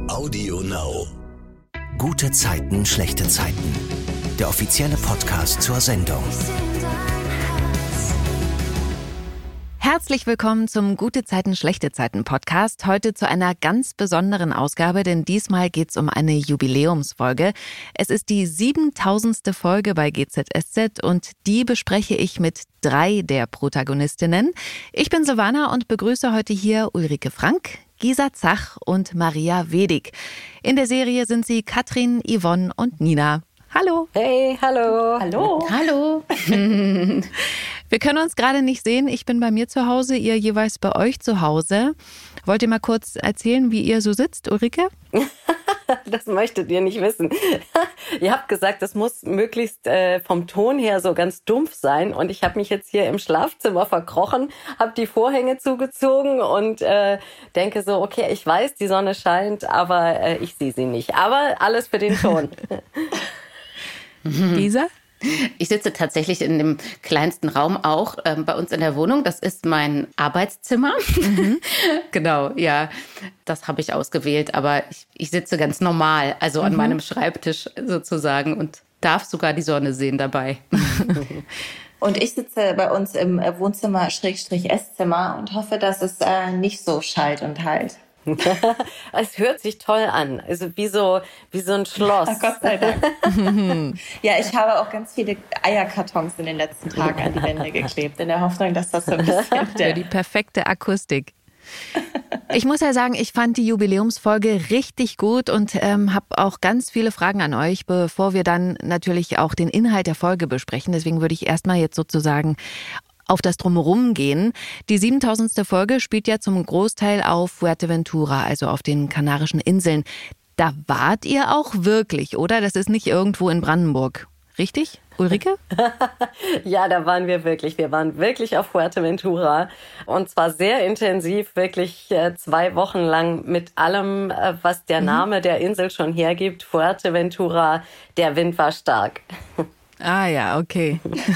Audio Now. Gute Zeiten, schlechte Zeiten. Der offizielle Podcast zur Sendung. Herzlich willkommen zum Gute Zeiten, schlechte Zeiten Podcast. Heute zu einer ganz besonderen Ausgabe, denn diesmal geht's um eine Jubiläumsfolge. Es ist die 7000. Folge bei GZSZ und die bespreche ich mit 3 der Protagonistinnen. Ich bin Silvana und begrüße heute hier Ulrike Frank, Gisa Zach und Maria Wedig. In der Serie sind sie Katrin, Yvonne und Nina. Hallo. Hey, hallo. Hallo. Hallo. Wir können uns gerade nicht sehen. Ich bin bei mir zu Hause, ihr jeweils bei euch zu Hause. Wollt ihr mal kurz erzählen, wie ihr so sitzt, Ulrike? Das möchtet ihr nicht wissen. Ihr habt gesagt, das muss möglichst vom Ton her so ganz dumpf sein. Und ich habe mich jetzt hier im Schlafzimmer verkrochen, habe die Vorhänge zugezogen und denke so, okay, ich weiß, die Sonne scheint, aber ich sehe sie nicht. Aber alles für den Ton. Lisa? Ich sitze tatsächlich in dem kleinsten Raum auch bei uns in der Wohnung. Das ist mein Arbeitszimmer. Genau, ja, das habe ich ausgewählt. Aber ich sitze ganz normal, also an meinem Schreibtisch sozusagen und darf sogar die Sonne sehen dabei. Und ich sitze bei uns im Wohnzimmer /Esszimmer und hoffe, dass es nicht so schallt und halt. Es hört sich toll an, also wie so ein Schloss. Ach, Gott sei Dank. Ja, ich habe auch ganz viele Eierkartons in den letzten Tagen an die Wände geklebt, in der Hoffnung, dass das so ein bisschen Für die perfekte Akustik. Ich muss ja sagen, ich fand die Jubiläumsfolge richtig gut und habe auch ganz viele Fragen an euch, bevor wir dann natürlich auch den Inhalt der Folge besprechen. Deswegen würde ich erstmal jetzt sozusagen auf das Drumherum gehen. Die 7000. Folge spielt ja zum Großteil auf Fuerteventura, also auf den Kanarischen Inseln. Da wart ihr auch wirklich, oder? Das ist nicht irgendwo in Brandenburg. Richtig, Ulrike? Ja, da waren wir wirklich. Wir waren wirklich auf Fuerteventura und zwar sehr intensiv, wirklich 2 Wochen lang mit allem, was der Name der Insel schon hergibt. Fuerteventura, der Wind war stark. Ah ja, okay.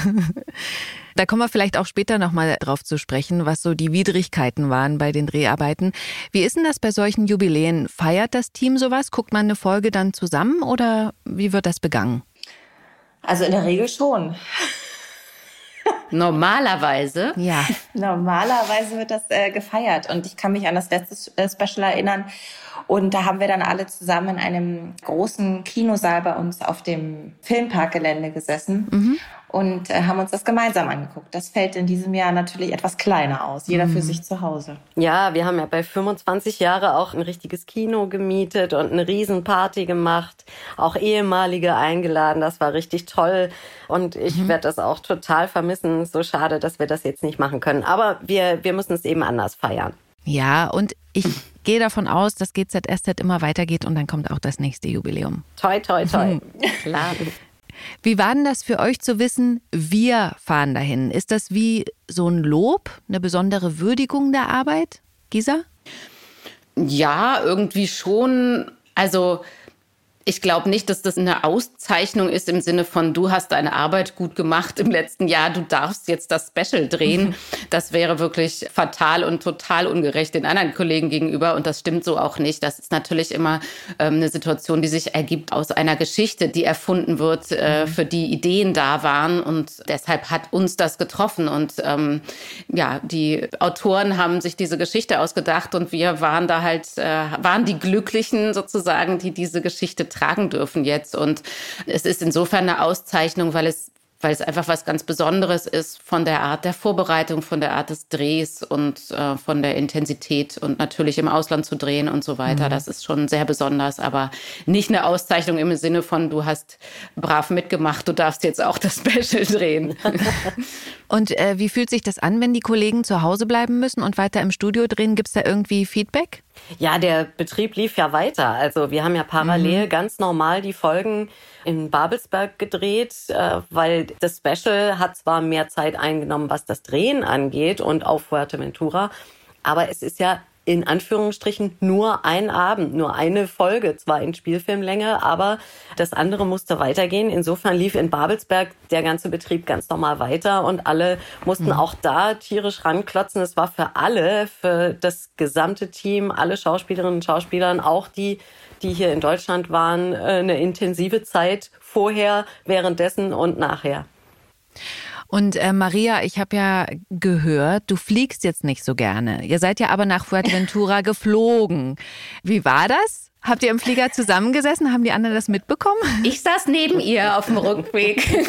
Da kommen wir vielleicht auch später nochmal drauf zu sprechen, was so die Widrigkeiten waren bei den Dreharbeiten. Wie ist denn das bei solchen Jubiläen? Feiert das Team sowas? Guckt man eine Folge dann zusammen oder wie wird das begangen? Also in der Regel schon. Normalerweise? Ja. Normalerweise wird das gefeiert und ich kann mich an das letzte Special erinnern und da haben wir dann alle zusammen in einem großen Kinosaal bei uns auf dem Filmparkgelände gesessen und haben uns das gemeinsam angeguckt. Das fällt in diesem Jahr natürlich etwas kleiner aus, jeder für sich zu Hause. Ja, wir haben ja bei 25 Jahre auch ein richtiges Kino gemietet und eine Riesenparty gemacht, auch Ehemalige eingeladen, das war richtig toll und ich werde das auch total vermissen. So schade, dass wir das jetzt nicht machen können, aber wir müssen es eben anders feiern. Ja, und ich gehe davon aus, dass GZSZ immer weitergeht und dann kommt auch das nächste Jubiläum. Toi, toi, toi. Klar. Wie war denn das für euch zu wissen, wir fahren dahin? Ist das wie so ein Lob, eine besondere Würdigung der Arbeit? Gisa? Ja, irgendwie schon. Also ich glaube nicht, dass das eine Auszeichnung ist im Sinne von, du hast deine Arbeit gut gemacht im letzten Jahr, du darfst jetzt das Special drehen. Das wäre wirklich fatal und total ungerecht den anderen Kollegen gegenüber und das stimmt so auch nicht. Das ist natürlich immer eine Situation, die sich ergibt aus einer Geschichte, die erfunden wird, für die Ideen da waren und deshalb hat uns das getroffen und ja, die Autoren haben sich diese Geschichte ausgedacht und wir waren da halt, waren die Glücklichen sozusagen, die diese Geschichte tragen dürfen jetzt. Und es ist insofern eine Auszeichnung, weil es einfach was ganz Besonderes ist von der Art der Vorbereitung, von der Art des Drehs und von der Intensität und natürlich im Ausland zu drehen und so weiter. Das ist schon sehr besonders, aber nicht eine Auszeichnung im Sinne von, du hast brav mitgemacht, du darfst jetzt auch das Special drehen. Und wie fühlt sich das an, wenn die Kollegen zu Hause bleiben müssen und weiter im Studio drehen? Gibt es da irgendwie Feedback? Ja, der Betrieb lief ja weiter. Also wir haben ja parallel ganz normal die Folgen in Babelsberg gedreht, weil das Special hat zwar mehr Zeit eingenommen, was das Drehen angeht und auf Fuerteventura, aber es ist ja in Anführungsstrichen nur ein Abend, nur eine Folge, zwar in Spielfilmlänge, aber das andere musste weitergehen. Insofern lief in Babelsberg der ganze Betrieb ganz normal weiter und alle mussten auch da tierisch ranklotzen. Es war für alle, für das gesamte Team, alle Schauspielerinnen und Schauspieler, auch die hier in Deutschland waren, eine intensive Zeit vorher, währenddessen und nachher. Und Maria, ich habe ja gehört, du fliegst jetzt nicht so gerne. Ihr seid ja aber nach Fuerteventura geflogen. Wie war das? Habt ihr im Flieger zusammengesessen? Haben die anderen das mitbekommen? Ich saß neben ihr auf dem Rückweg.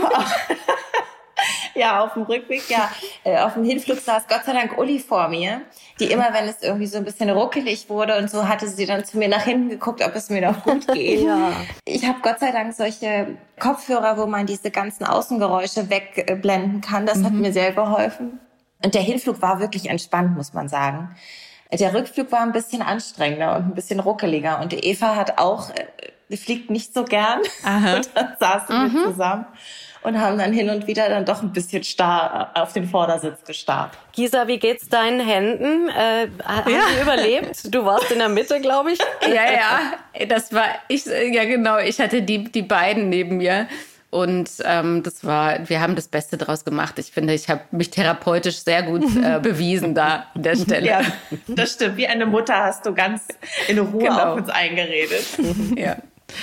Ja, auf dem Rückweg, ja. Auf dem Hinflug saß Gott sei Dank Uli vor mir, die immer, wenn es irgendwie so ein bisschen ruckelig wurde und so, hatte sie dann zu mir nach hinten geguckt, ob es mir noch gut geht. Ja. Ich habe Gott sei Dank solche Kopfhörer, wo man diese ganzen Außengeräusche wegblenden kann. Das hat mir sehr geholfen. Und der Hinflug war wirklich entspannt, muss man sagen. Der Rückflug war ein bisschen anstrengender und ein bisschen ruckeliger. Und die Eva hat auch, die fliegt nicht so gern. Aha. Und dann saßen wir zusammen und haben dann hin und wieder dann doch ein bisschen starr auf den Vordersitz gestarrt. Gisa, wie geht's deinen Händen? Haben die überlebt? Du warst in der Mitte, glaube ich. Ja, das war ich. Ja, genau. Ich hatte die beiden neben mir. Und wir haben das Beste draus gemacht. Ich finde, ich habe mich therapeutisch sehr gut bewiesen da an der Stelle. Ja, das stimmt. Wie eine Mutter hast du ganz in Ruhe auf uns eingeredet. Ja.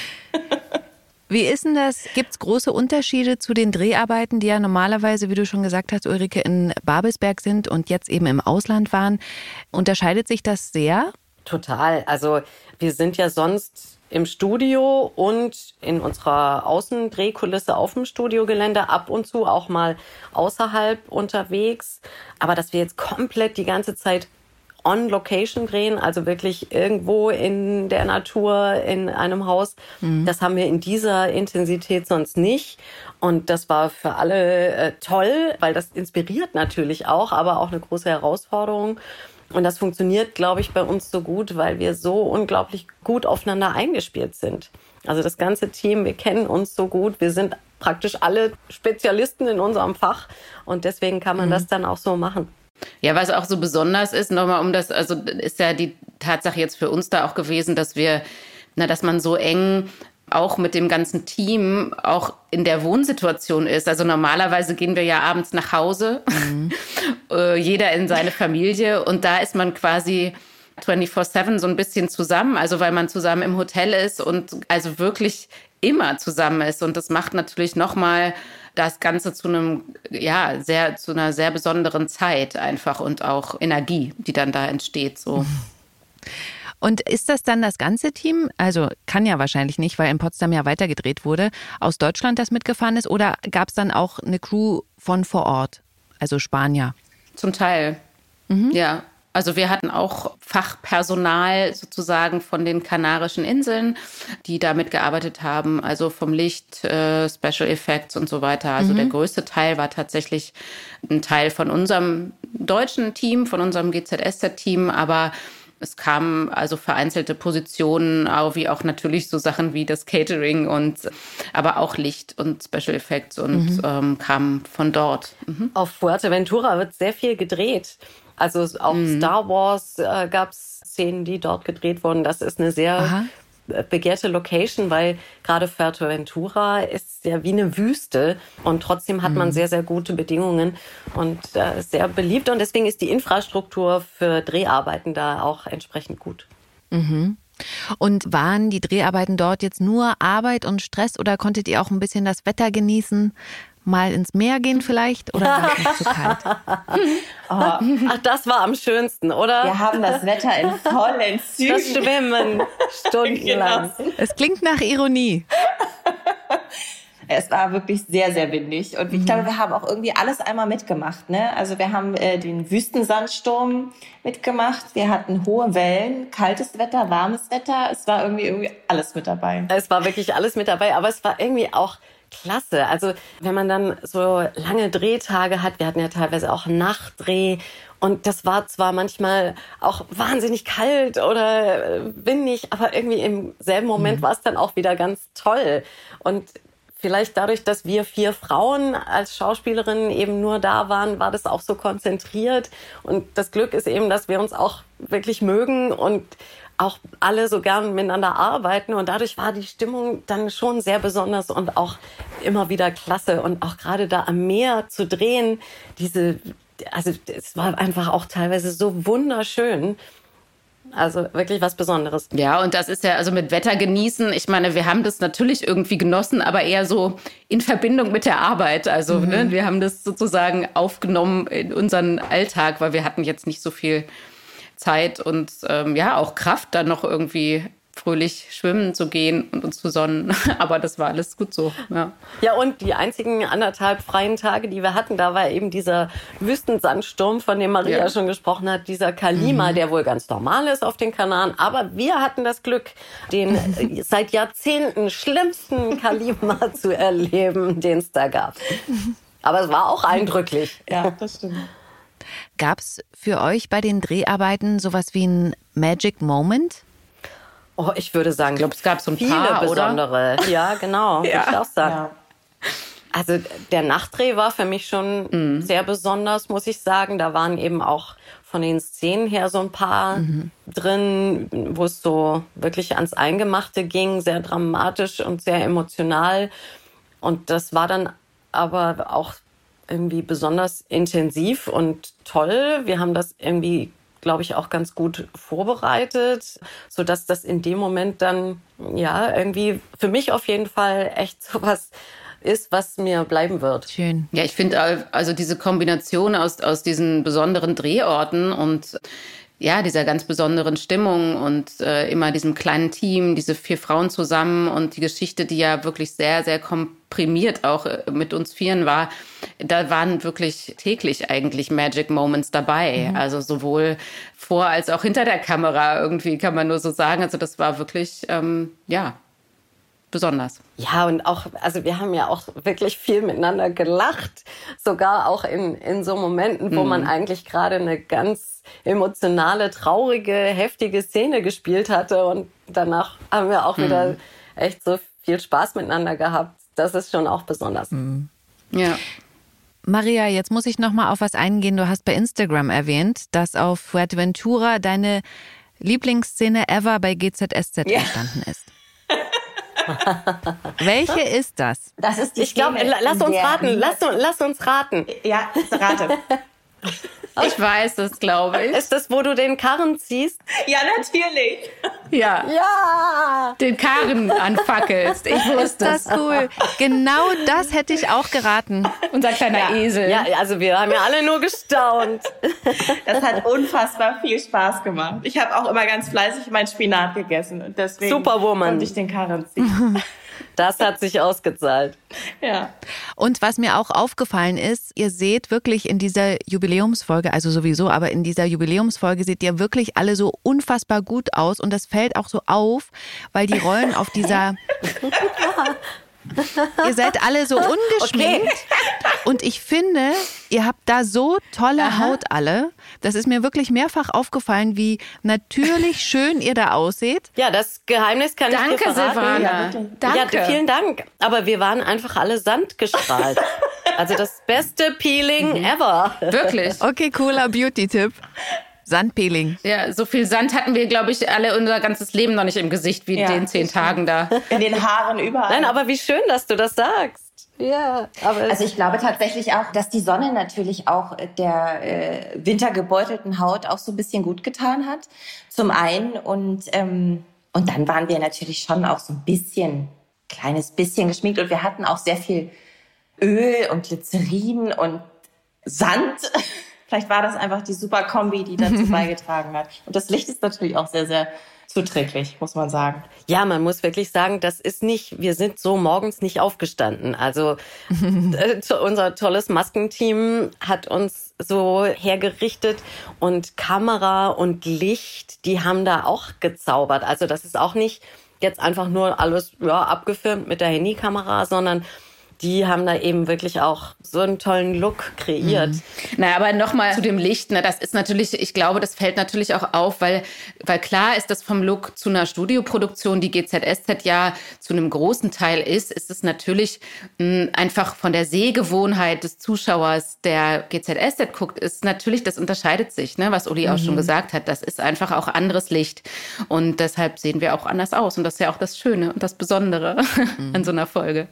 Wie ist denn das? Gibt es große Unterschiede zu den Dreharbeiten, die ja normalerweise, wie du schon gesagt hast, Ulrike, in Babelsberg sind und jetzt eben im Ausland waren? Unterscheidet sich das sehr? Total. Also wir sind ja sonst im Studio und in unserer Außendrehkulisse auf dem Studiogelände, ab und zu auch mal außerhalb unterwegs. Aber dass wir jetzt komplett die ganze Zeit on Location drehen, also wirklich irgendwo in der Natur, in einem Haus. Das haben wir in dieser Intensität sonst nicht. Und das war für alle toll, weil das inspiriert natürlich auch, aber auch eine große Herausforderung. Und das funktioniert, glaube ich, bei uns so gut, weil wir so unglaublich gut aufeinander eingespielt sind. Also das ganze Team, wir kennen uns so gut, wir sind praktisch alle Spezialisten in unserem Fach und deswegen kann man das dann auch so machen. Ja, was auch so besonders ist, nochmal also ist ja die Tatsache jetzt für uns da auch gewesen, dass dass man so eng auch mit dem ganzen Team auch in der Wohnsituation ist. Also normalerweise gehen wir ja abends nach Hause, jeder in seine Familie und da ist man quasi 24/7 so ein bisschen zusammen, also weil man zusammen im Hotel ist und also wirklich immer zusammen ist und das macht natürlich nochmal das Ganze zu einer sehr besonderen Zeit einfach und auch Energie, die dann da entsteht, so. Und ist das dann das ganze Team, also kann ja wahrscheinlich nicht, weil in Potsdam ja weitergedreht wurde, aus Deutschland das mitgefahren ist oder gab es dann auch eine Crew von vor Ort, also Spanier? Zum Teil, ja. Also wir hatten auch Fachpersonal sozusagen von den Kanarischen Inseln, die da mitgearbeitet haben, also vom Licht, Special Effects und so weiter. Also der größte Teil war tatsächlich ein Teil von unserem deutschen Team, von unserem GZSZ-Team, aber es kamen also vereinzelte Positionen, wie auch natürlich so Sachen wie das Catering aber auch Licht und Special Effects und kamen von dort. Auf Fuerteventura wird sehr viel gedreht. Also auch Star Wars gab es Szenen, die dort gedreht wurden. Das ist eine sehr begehrte Location, weil gerade Fuerteventura ist ja wie eine Wüste und trotzdem hat man sehr, sehr gute Bedingungen und sehr beliebt und deswegen ist die Infrastruktur für Dreharbeiten da auch entsprechend gut. Und waren die Dreharbeiten dort jetzt nur Arbeit und Stress oder konntet ihr auch ein bisschen das Wetter genießen? Mal ins Meer gehen vielleicht oder war es nicht zu kalt? Ach, das war am schönsten, oder? Wir haben das Wetter in vollen Zügen. Das Schwimmen stundenlang. Genau. Es klingt nach Ironie. Es war wirklich sehr, sehr windig. Und ich glaube, wir haben auch irgendwie alles einmal mitgemacht, ne? Also wir haben den Wüstensandsturm mitgemacht. Wir hatten hohe Wellen, kaltes Wetter, warmes Wetter. Es war irgendwie alles mit dabei. Es war wirklich alles mit dabei, aber es war irgendwie auch klasse. Also wenn man dann so lange Drehtage hat, wir hatten ja teilweise auch Nachtdreh und das war zwar manchmal auch wahnsinnig kalt oder windig, aber irgendwie im selben Moment war es dann auch wieder ganz toll. Und vielleicht dadurch, dass wir 4 Frauen als Schauspielerinnen eben nur da waren, war das auch so konzentriert. Und das Glück ist eben, dass wir uns auch wirklich mögen und auch alle so gern miteinander arbeiten. Und dadurch war die Stimmung dann schon sehr besonders und auch immer wieder klasse. Und auch gerade da am Meer zu drehen, also es war einfach auch teilweise so wunderschön. Also wirklich was Besonderes. Ja, und das ist ja, also mit Wetter genießen, ich meine, wir haben das natürlich irgendwie genossen, aber eher so in Verbindung mit der Arbeit. Also ne, wir haben das sozusagen aufgenommen in unseren Alltag, weil wir hatten jetzt nicht so viel Zeit und auch Kraft, dann noch irgendwie fröhlich schwimmen zu gehen und uns zu sonnen. Aber das war alles gut so. Ja, und die einzigen 1,5 freien Tage, die wir hatten, da war eben dieser Wüstensandsturm, von dem Maria schon gesprochen hat, dieser Kalima, der wohl ganz normal ist auf den Kanaren. Aber wir hatten das Glück, den seit Jahrzehnten schlimmsten Kalima zu erleben, den es da gab. Aber es war auch eindrücklich. Ja, das stimmt. Gab es für euch bei den Dreharbeiten sowas wie ein Magic Moment? Oh, ich würde sagen, Ich glaube, es gab so ein viele paar, besondere. Oder? Ja, genau. Ja. Würde ich auch sagen. Ja. Also der Nachtdreh war für mich schon sehr besonders, muss ich sagen. Da waren eben auch von den Szenen her so ein paar drin, wo es so wirklich ans Eingemachte ging, sehr dramatisch und sehr emotional. Und das war dann aber auch irgendwie besonders intensiv und toll. Wir haben das irgendwie, glaube ich, auch ganz gut vorbereitet, sodass das in dem Moment dann irgendwie für mich auf jeden Fall echt sowas ist, was mir bleiben wird. Schön. Ja, ich finde also diese Kombination aus diesen besonderen Drehorten und dieser ganz besonderen Stimmung und immer diesem kleinen Team, diese 4 Frauen zusammen und die Geschichte, die ja wirklich sehr, sehr komprimiert auch mit uns 4 war, da waren wirklich täglich eigentlich Magic Moments dabei. Also sowohl vor als auch hinter der Kamera irgendwie, kann man nur so sagen. Also das war wirklich, besonders. Ja, und auch, also wir haben ja auch wirklich viel miteinander gelacht, sogar auch in so Momenten, wo man eigentlich gerade eine ganz emotionale, traurige, heftige Szene gespielt hatte und danach haben wir auch wieder echt so viel Spaß miteinander gehabt. Das ist schon auch besonders. Ja. Maria, jetzt muss ich noch mal auf was eingehen. Du hast bei Instagram erwähnt, dass auf Fuerteventura deine Lieblingsszene ever bei GZSZ entstanden ist. Welche ist das? Das ist die Ich glaube, Szene, lass in uns der- raten. Lass uns raten. Ja, rate. Ich weiß es, glaube ich. Ist das, wo du den Karren ziehst? Ja, natürlich. Ja. Ja! Den Karren anfackelst. Ich wusste Das es. ist cool. Genau das hätte ich auch geraten. Unser kleiner Esel. Ja, also wir haben ja alle nur gestaunt. Das hat unfassbar viel Spaß gemacht. Ich habe auch immer ganz fleißig meinen Spinat gegessen und deswegen Superwoman. konnte ich den Karren ziehen. Das hat sich ausgezahlt. Ja. Und was mir auch aufgefallen ist, ihr seht wirklich in dieser Jubiläumsfolge, also sowieso, aber in dieser Jubiläumsfolge seht ihr wirklich alle so unfassbar gut aus und das fällt auch so auf, weil die Rollen auf dieser... Ihr seid alle so ungeschminkt und ich finde, ihr habt da so tolle Haut alle. Das ist mir wirklich mehrfach aufgefallen, wie natürlich schön ihr da ausseht. Ja, das Geheimnis kann ich dir Danke, verraten. Silvana. Danke. Ja, vielen Dank. Aber wir waren einfach alle sandgestrahlt. Also das beste Peeling ever. Wirklich. Okay, cooler Beauty-Tipp. Sandpeeling. Ja, so viel Sand hatten wir, glaube ich, alle unser ganzes Leben noch nicht im Gesicht wie Ja, den 10 Tagen da. In den Haaren überall. Nein, aber wie schön, dass du das sagst. Ja, aber Also ich glaube tatsächlich auch, dass die Sonne natürlich auch der wintergebeutelten Haut auch so ein bisschen gut getan hat. Zum einen und dann waren wir natürlich schon auch so ein bisschen, kleines bisschen geschminkt und wir hatten auch sehr viel Öl und Glycerin und Sand. Vielleicht war das einfach die super Kombi, die dazu beigetragen hat. Und das Licht ist natürlich auch sehr, sehr zuträglich, muss man sagen. ja, man muss wirklich sagen, wir sind so morgens nicht aufgestanden. Also unser tolles Maskenteam hat uns so hergerichtet und Kamera und Licht, die haben da auch gezaubert. Also das ist auch nicht jetzt einfach nur alles abgefilmt mit der Handykamera, sondern die haben da eben wirklich auch so einen tollen Look kreiert. Naja, aber nochmal zu dem Licht, ne, das ist natürlich, ich glaube, das fällt natürlich auch auf, weil klar ist, dass vom Look zu einer Studioproduktion, die GZSZ ja zu einem großen Teil ist es natürlich einfach von der Sehgewohnheit des Zuschauers, der GZSZ guckt, ist natürlich, das unterscheidet sich, ne, was Uli auch schon gesagt hat. Das ist einfach auch anderes Licht und deshalb sehen wir auch anders aus und das ist ja auch das Schöne und das Besondere an so einer Folge.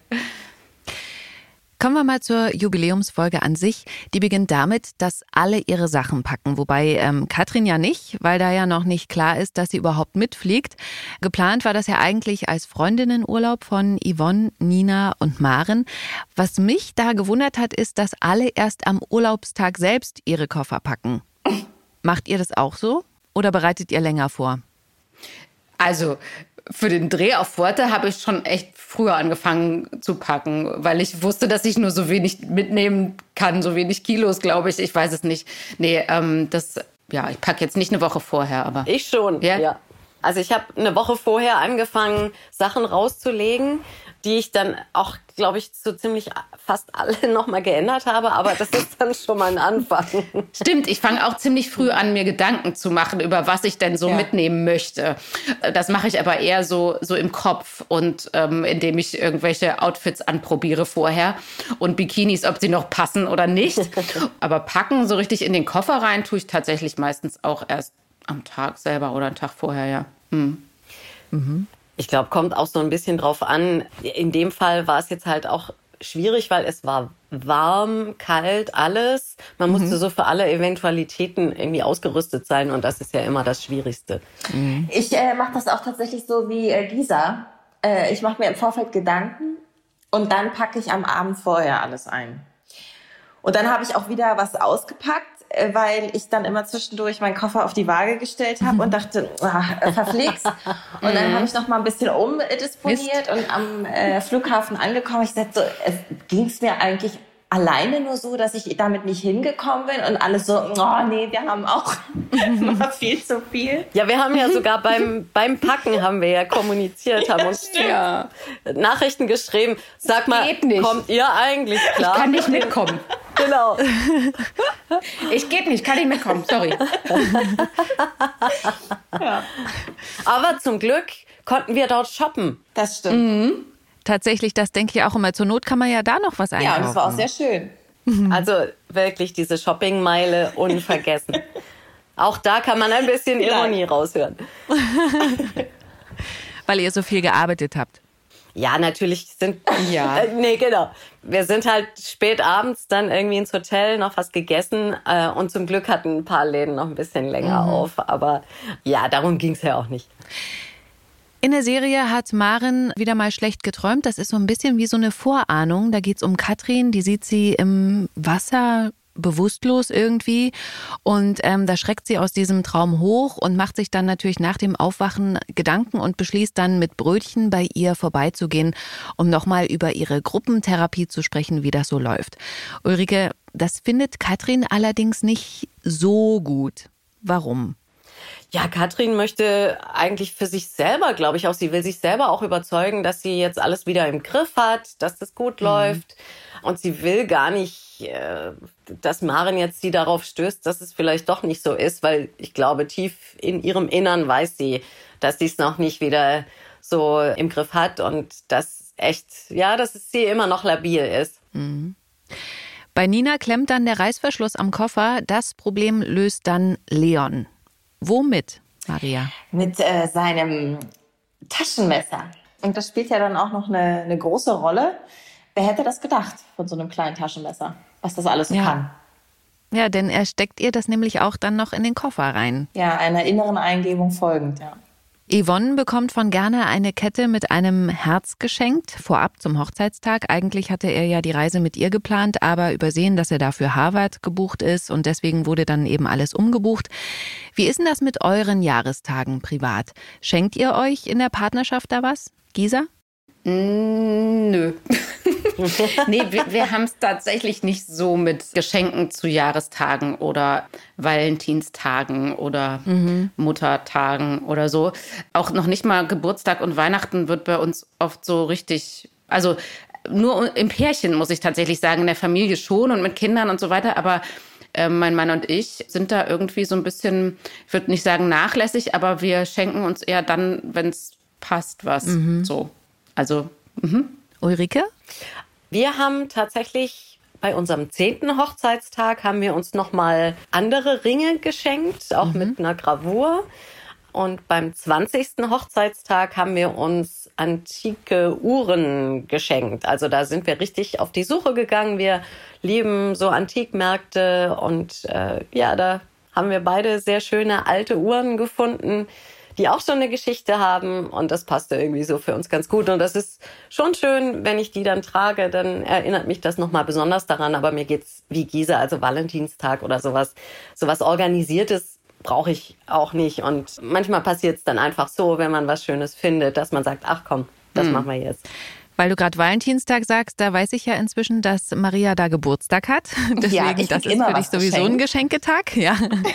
Kommen wir mal zur Jubiläumsfolge an sich. Die beginnt damit, dass alle ihre Sachen packen. Wobei Katrin ja nicht, weil da ja noch nicht klar ist, dass sie überhaupt mitfliegt. Geplant war das ja eigentlich als Freundinnenurlaub von Yvonne, Nina und Maren. Was mich da gewundert hat, ist, dass alle erst am Urlaubstag selbst ihre Koffer packen. Macht ihr das auch so oder bereitet ihr länger vor? Also für den Dreh auf Fuerte habe ich schon echt früher angefangen zu packen, weil ich wusste, dass ich nur so wenig mitnehmen kann, so wenig Kilos, glaube ich. Ich weiß es nicht. Nee, ich packe jetzt nicht eine Woche vorher, aber... Ich schon, ja. Also ich habe eine Woche vorher angefangen, Sachen rauszulegen, die ich dann auch, glaube ich, so ziemlich fast alle nochmal geändert habe. Aber das ist dann schon mal ein Anfang. Stimmt, ich fange auch ziemlich früh an, mir Gedanken zu machen, über was ich denn so mitnehmen möchte. Das mache ich aber eher so im Kopf und indem ich irgendwelche Outfits anprobiere vorher und Bikinis, ob sie noch passen oder nicht. Aber packen so richtig in den Koffer rein tue ich tatsächlich meistens auch erst am Tag selber oder einen Tag vorher, ja. Ich glaube, kommt auch so ein bisschen drauf an. In dem Fall war es jetzt halt auch schwierig, weil es war warm, kalt, alles. Man musste so für alle Eventualitäten irgendwie ausgerüstet sein und das ist ja immer das Schwierigste. Ich mache das auch tatsächlich so wie Gisa. Ich mache mir im Vorfeld Gedanken und dann packe ich am Abend vorher alles ein. Und dann habe ich auch wieder was ausgepackt, weil ich dann immer zwischendurch meinen Koffer auf die Waage gestellt habe und dachte, verflixt. Und dann habe ich noch mal ein bisschen umdisponiert und am Flughafen angekommen. Ich sagte so, es ging's mir eigentlich alleine nur so, dass ich damit nicht hingekommen bin und alle so, oh nee, wir haben auch immer viel zu viel. Ja, wir haben ja sogar beim Packen haben wir ja kommuniziert, haben uns Nachrichten geschrieben. Sag mal, kommt ihr eigentlich klar? Ich kann nicht mitkommen. Genau. Ich geht nicht, kann nicht mitkommen, sorry. Ja. Aber zum Glück konnten wir dort shoppen. Das stimmt. Tatsächlich, das denke ich auch immer. Zur Not kann man ja da noch was einkaufen. Ja, und das war auch sehr schön. Also wirklich diese Shoppingmeile unvergessen. Auch da kann man ein bisschen Ironie raushören. Weil ihr so viel gearbeitet habt. Ja, natürlich sind... genau. Wir sind halt spät abends dann irgendwie ins Hotel, noch was gegessen und zum Glück hatten ein paar Läden noch ein bisschen länger auf. Aber ja, darum ging es ja auch nicht. In der Serie hat Maren wieder mal schlecht geträumt. Das ist so ein bisschen wie so eine Vorahnung. Da geht es um Katrin, die sieht sie im Wasser bewusstlos irgendwie. Und da schreckt sie aus diesem Traum hoch und macht sich dann natürlich nach dem Aufwachen Gedanken und beschließt dann mit Brötchen bei ihr vorbeizugehen, um nochmal über ihre Gruppentherapie zu sprechen, wie das so läuft. Ulrike, das findet Katrin allerdings nicht so gut. Warum? Ja, Katrin möchte eigentlich für sich selber, glaube ich auch, sie will sich selber auch überzeugen, dass sie jetzt alles wieder im Griff hat, dass das gut läuft. Und sie will gar nicht, dass Maren jetzt sie darauf stößt, dass es vielleicht doch nicht so ist, weil ich glaube, tief in ihrem Innern weiß sie, dass sie es noch nicht wieder so im Griff hat und dass sie immer noch labil ist. Bei Nina klemmt dann der Reißverschluss am Koffer. Das Problem löst dann Leon. Womit, Maria? Mit seinem Taschenmesser. Und das spielt ja dann auch noch eine große Rolle. Wer hätte das gedacht von so einem kleinen Taschenmesser, was das alles so kann? Ja, denn er steckt ihr das nämlich auch dann noch in den Koffer rein. Ja, einer inneren Eingebung folgend, ja. Yvonne bekommt von Gerner eine Kette mit einem Herz geschenkt, vorab zum Hochzeitstag. Eigentlich hatte er ja die Reise mit ihr geplant, aber übersehen, dass er dafür Harvard gebucht ist und deswegen wurde dann eben alles umgebucht. Wie ist denn das mit euren Jahrestagen privat? Schenkt ihr euch in der Partnerschaft da was? Gisa? Nö. Nee, wir haben es tatsächlich nicht so mit Geschenken zu Jahrestagen oder Valentinstagen oder Muttertagen oder so. Auch noch nicht mal Geburtstag und Weihnachten wird bei uns oft so richtig, also nur im Pärchen, muss ich tatsächlich sagen, in der Familie schon und mit Kindern und so weiter. Aber mein Mann und ich sind da irgendwie so ein bisschen, ich würde nicht sagen nachlässig, aber wir schenken uns eher dann, wenn es passt, was. So. Also, Ulrike? Wir haben tatsächlich bei unserem 10. Hochzeitstag haben wir uns nochmal andere Ringe geschenkt, auch mit einer Gravur. Und beim 20. Hochzeitstag haben wir uns antike Uhren geschenkt. Also da sind wir richtig auf die Suche gegangen. Wir lieben so Antikmärkte und da haben wir beide sehr schöne alte Uhren gefunden, die auch schon eine Geschichte haben. Und das passte irgendwie so für uns ganz gut. Und das ist schon schön, wenn ich die dann trage, dann erinnert mich das nochmal besonders daran. Aber mir geht's wie Gisa, also Valentinstag oder sowas Organisiertes brauche ich auch nicht. Und manchmal passiert es dann einfach so, wenn man was Schönes findet, dass man sagt, ach komm, das machen wir jetzt. Weil du gerade Valentinstag sagst, da weiß ich ja inzwischen, dass Maria da Geburtstag hat. Deswegen, das ist für dich sowieso ein Geschenketag. Ja.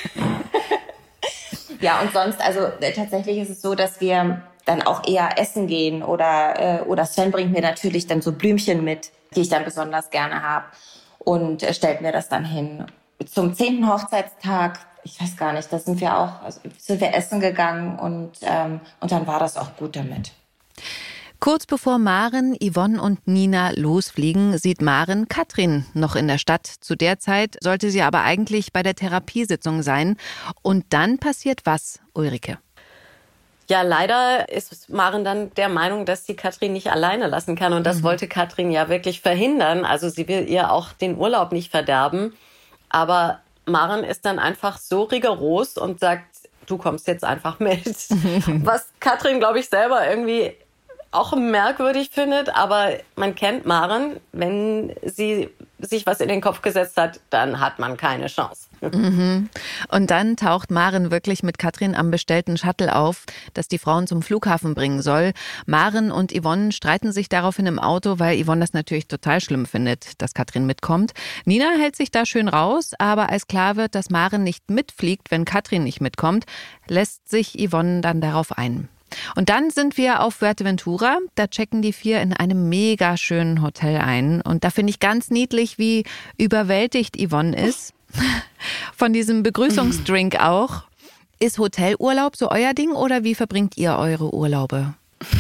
Ja, und sonst, also tatsächlich ist es so, dass wir dann auch eher essen gehen oder Sven bringt mir natürlich dann so Blümchen mit, die ich dann besonders gerne habe und stellt mir das dann hin. Zum 10. Hochzeitstag, ich weiß gar nicht, da sind wir essen gegangen und dann war das auch gut damit. Kurz bevor Maren, Yvonne und Nina losfliegen, sieht Maren Katrin noch in der Stadt. Zu der Zeit sollte sie aber eigentlich bei der Therapiesitzung sein. Und dann passiert was, Ulrike? Ja, leider ist Maren dann der Meinung, dass sie Katrin nicht alleine lassen kann. Und das wollte Katrin ja wirklich verhindern. Also sie will ihr auch den Urlaub nicht verderben. Aber Maren ist dann einfach so rigoros und sagt, du kommst jetzt einfach mit. Was Katrin, glaube ich, selber irgendwie auch merkwürdig findet, aber man kennt Maren, wenn sie sich was in den Kopf gesetzt hat, dann hat man keine Chance. Und dann taucht Maren wirklich mit Katrin am bestellten Shuttle auf, das die Frauen zum Flughafen bringen soll. Maren und Yvonne streiten sich daraufhin im Auto, weil Yvonne das natürlich total schlimm findet, dass Katrin mitkommt. Nina hält sich da schön raus, aber als klar wird, dass Maren nicht mitfliegt, wenn Katrin nicht mitkommt, lässt sich Yvonne dann darauf ein. Und dann sind wir auf Fuerteventura. Da checken die 4 in einem mega schönen Hotel ein. Und da finde ich ganz niedlich, wie überwältigt Yvonne ist. Von diesem Begrüßungsdrink auch. Ist Hotelurlaub so euer Ding oder wie verbringt ihr eure Urlaube?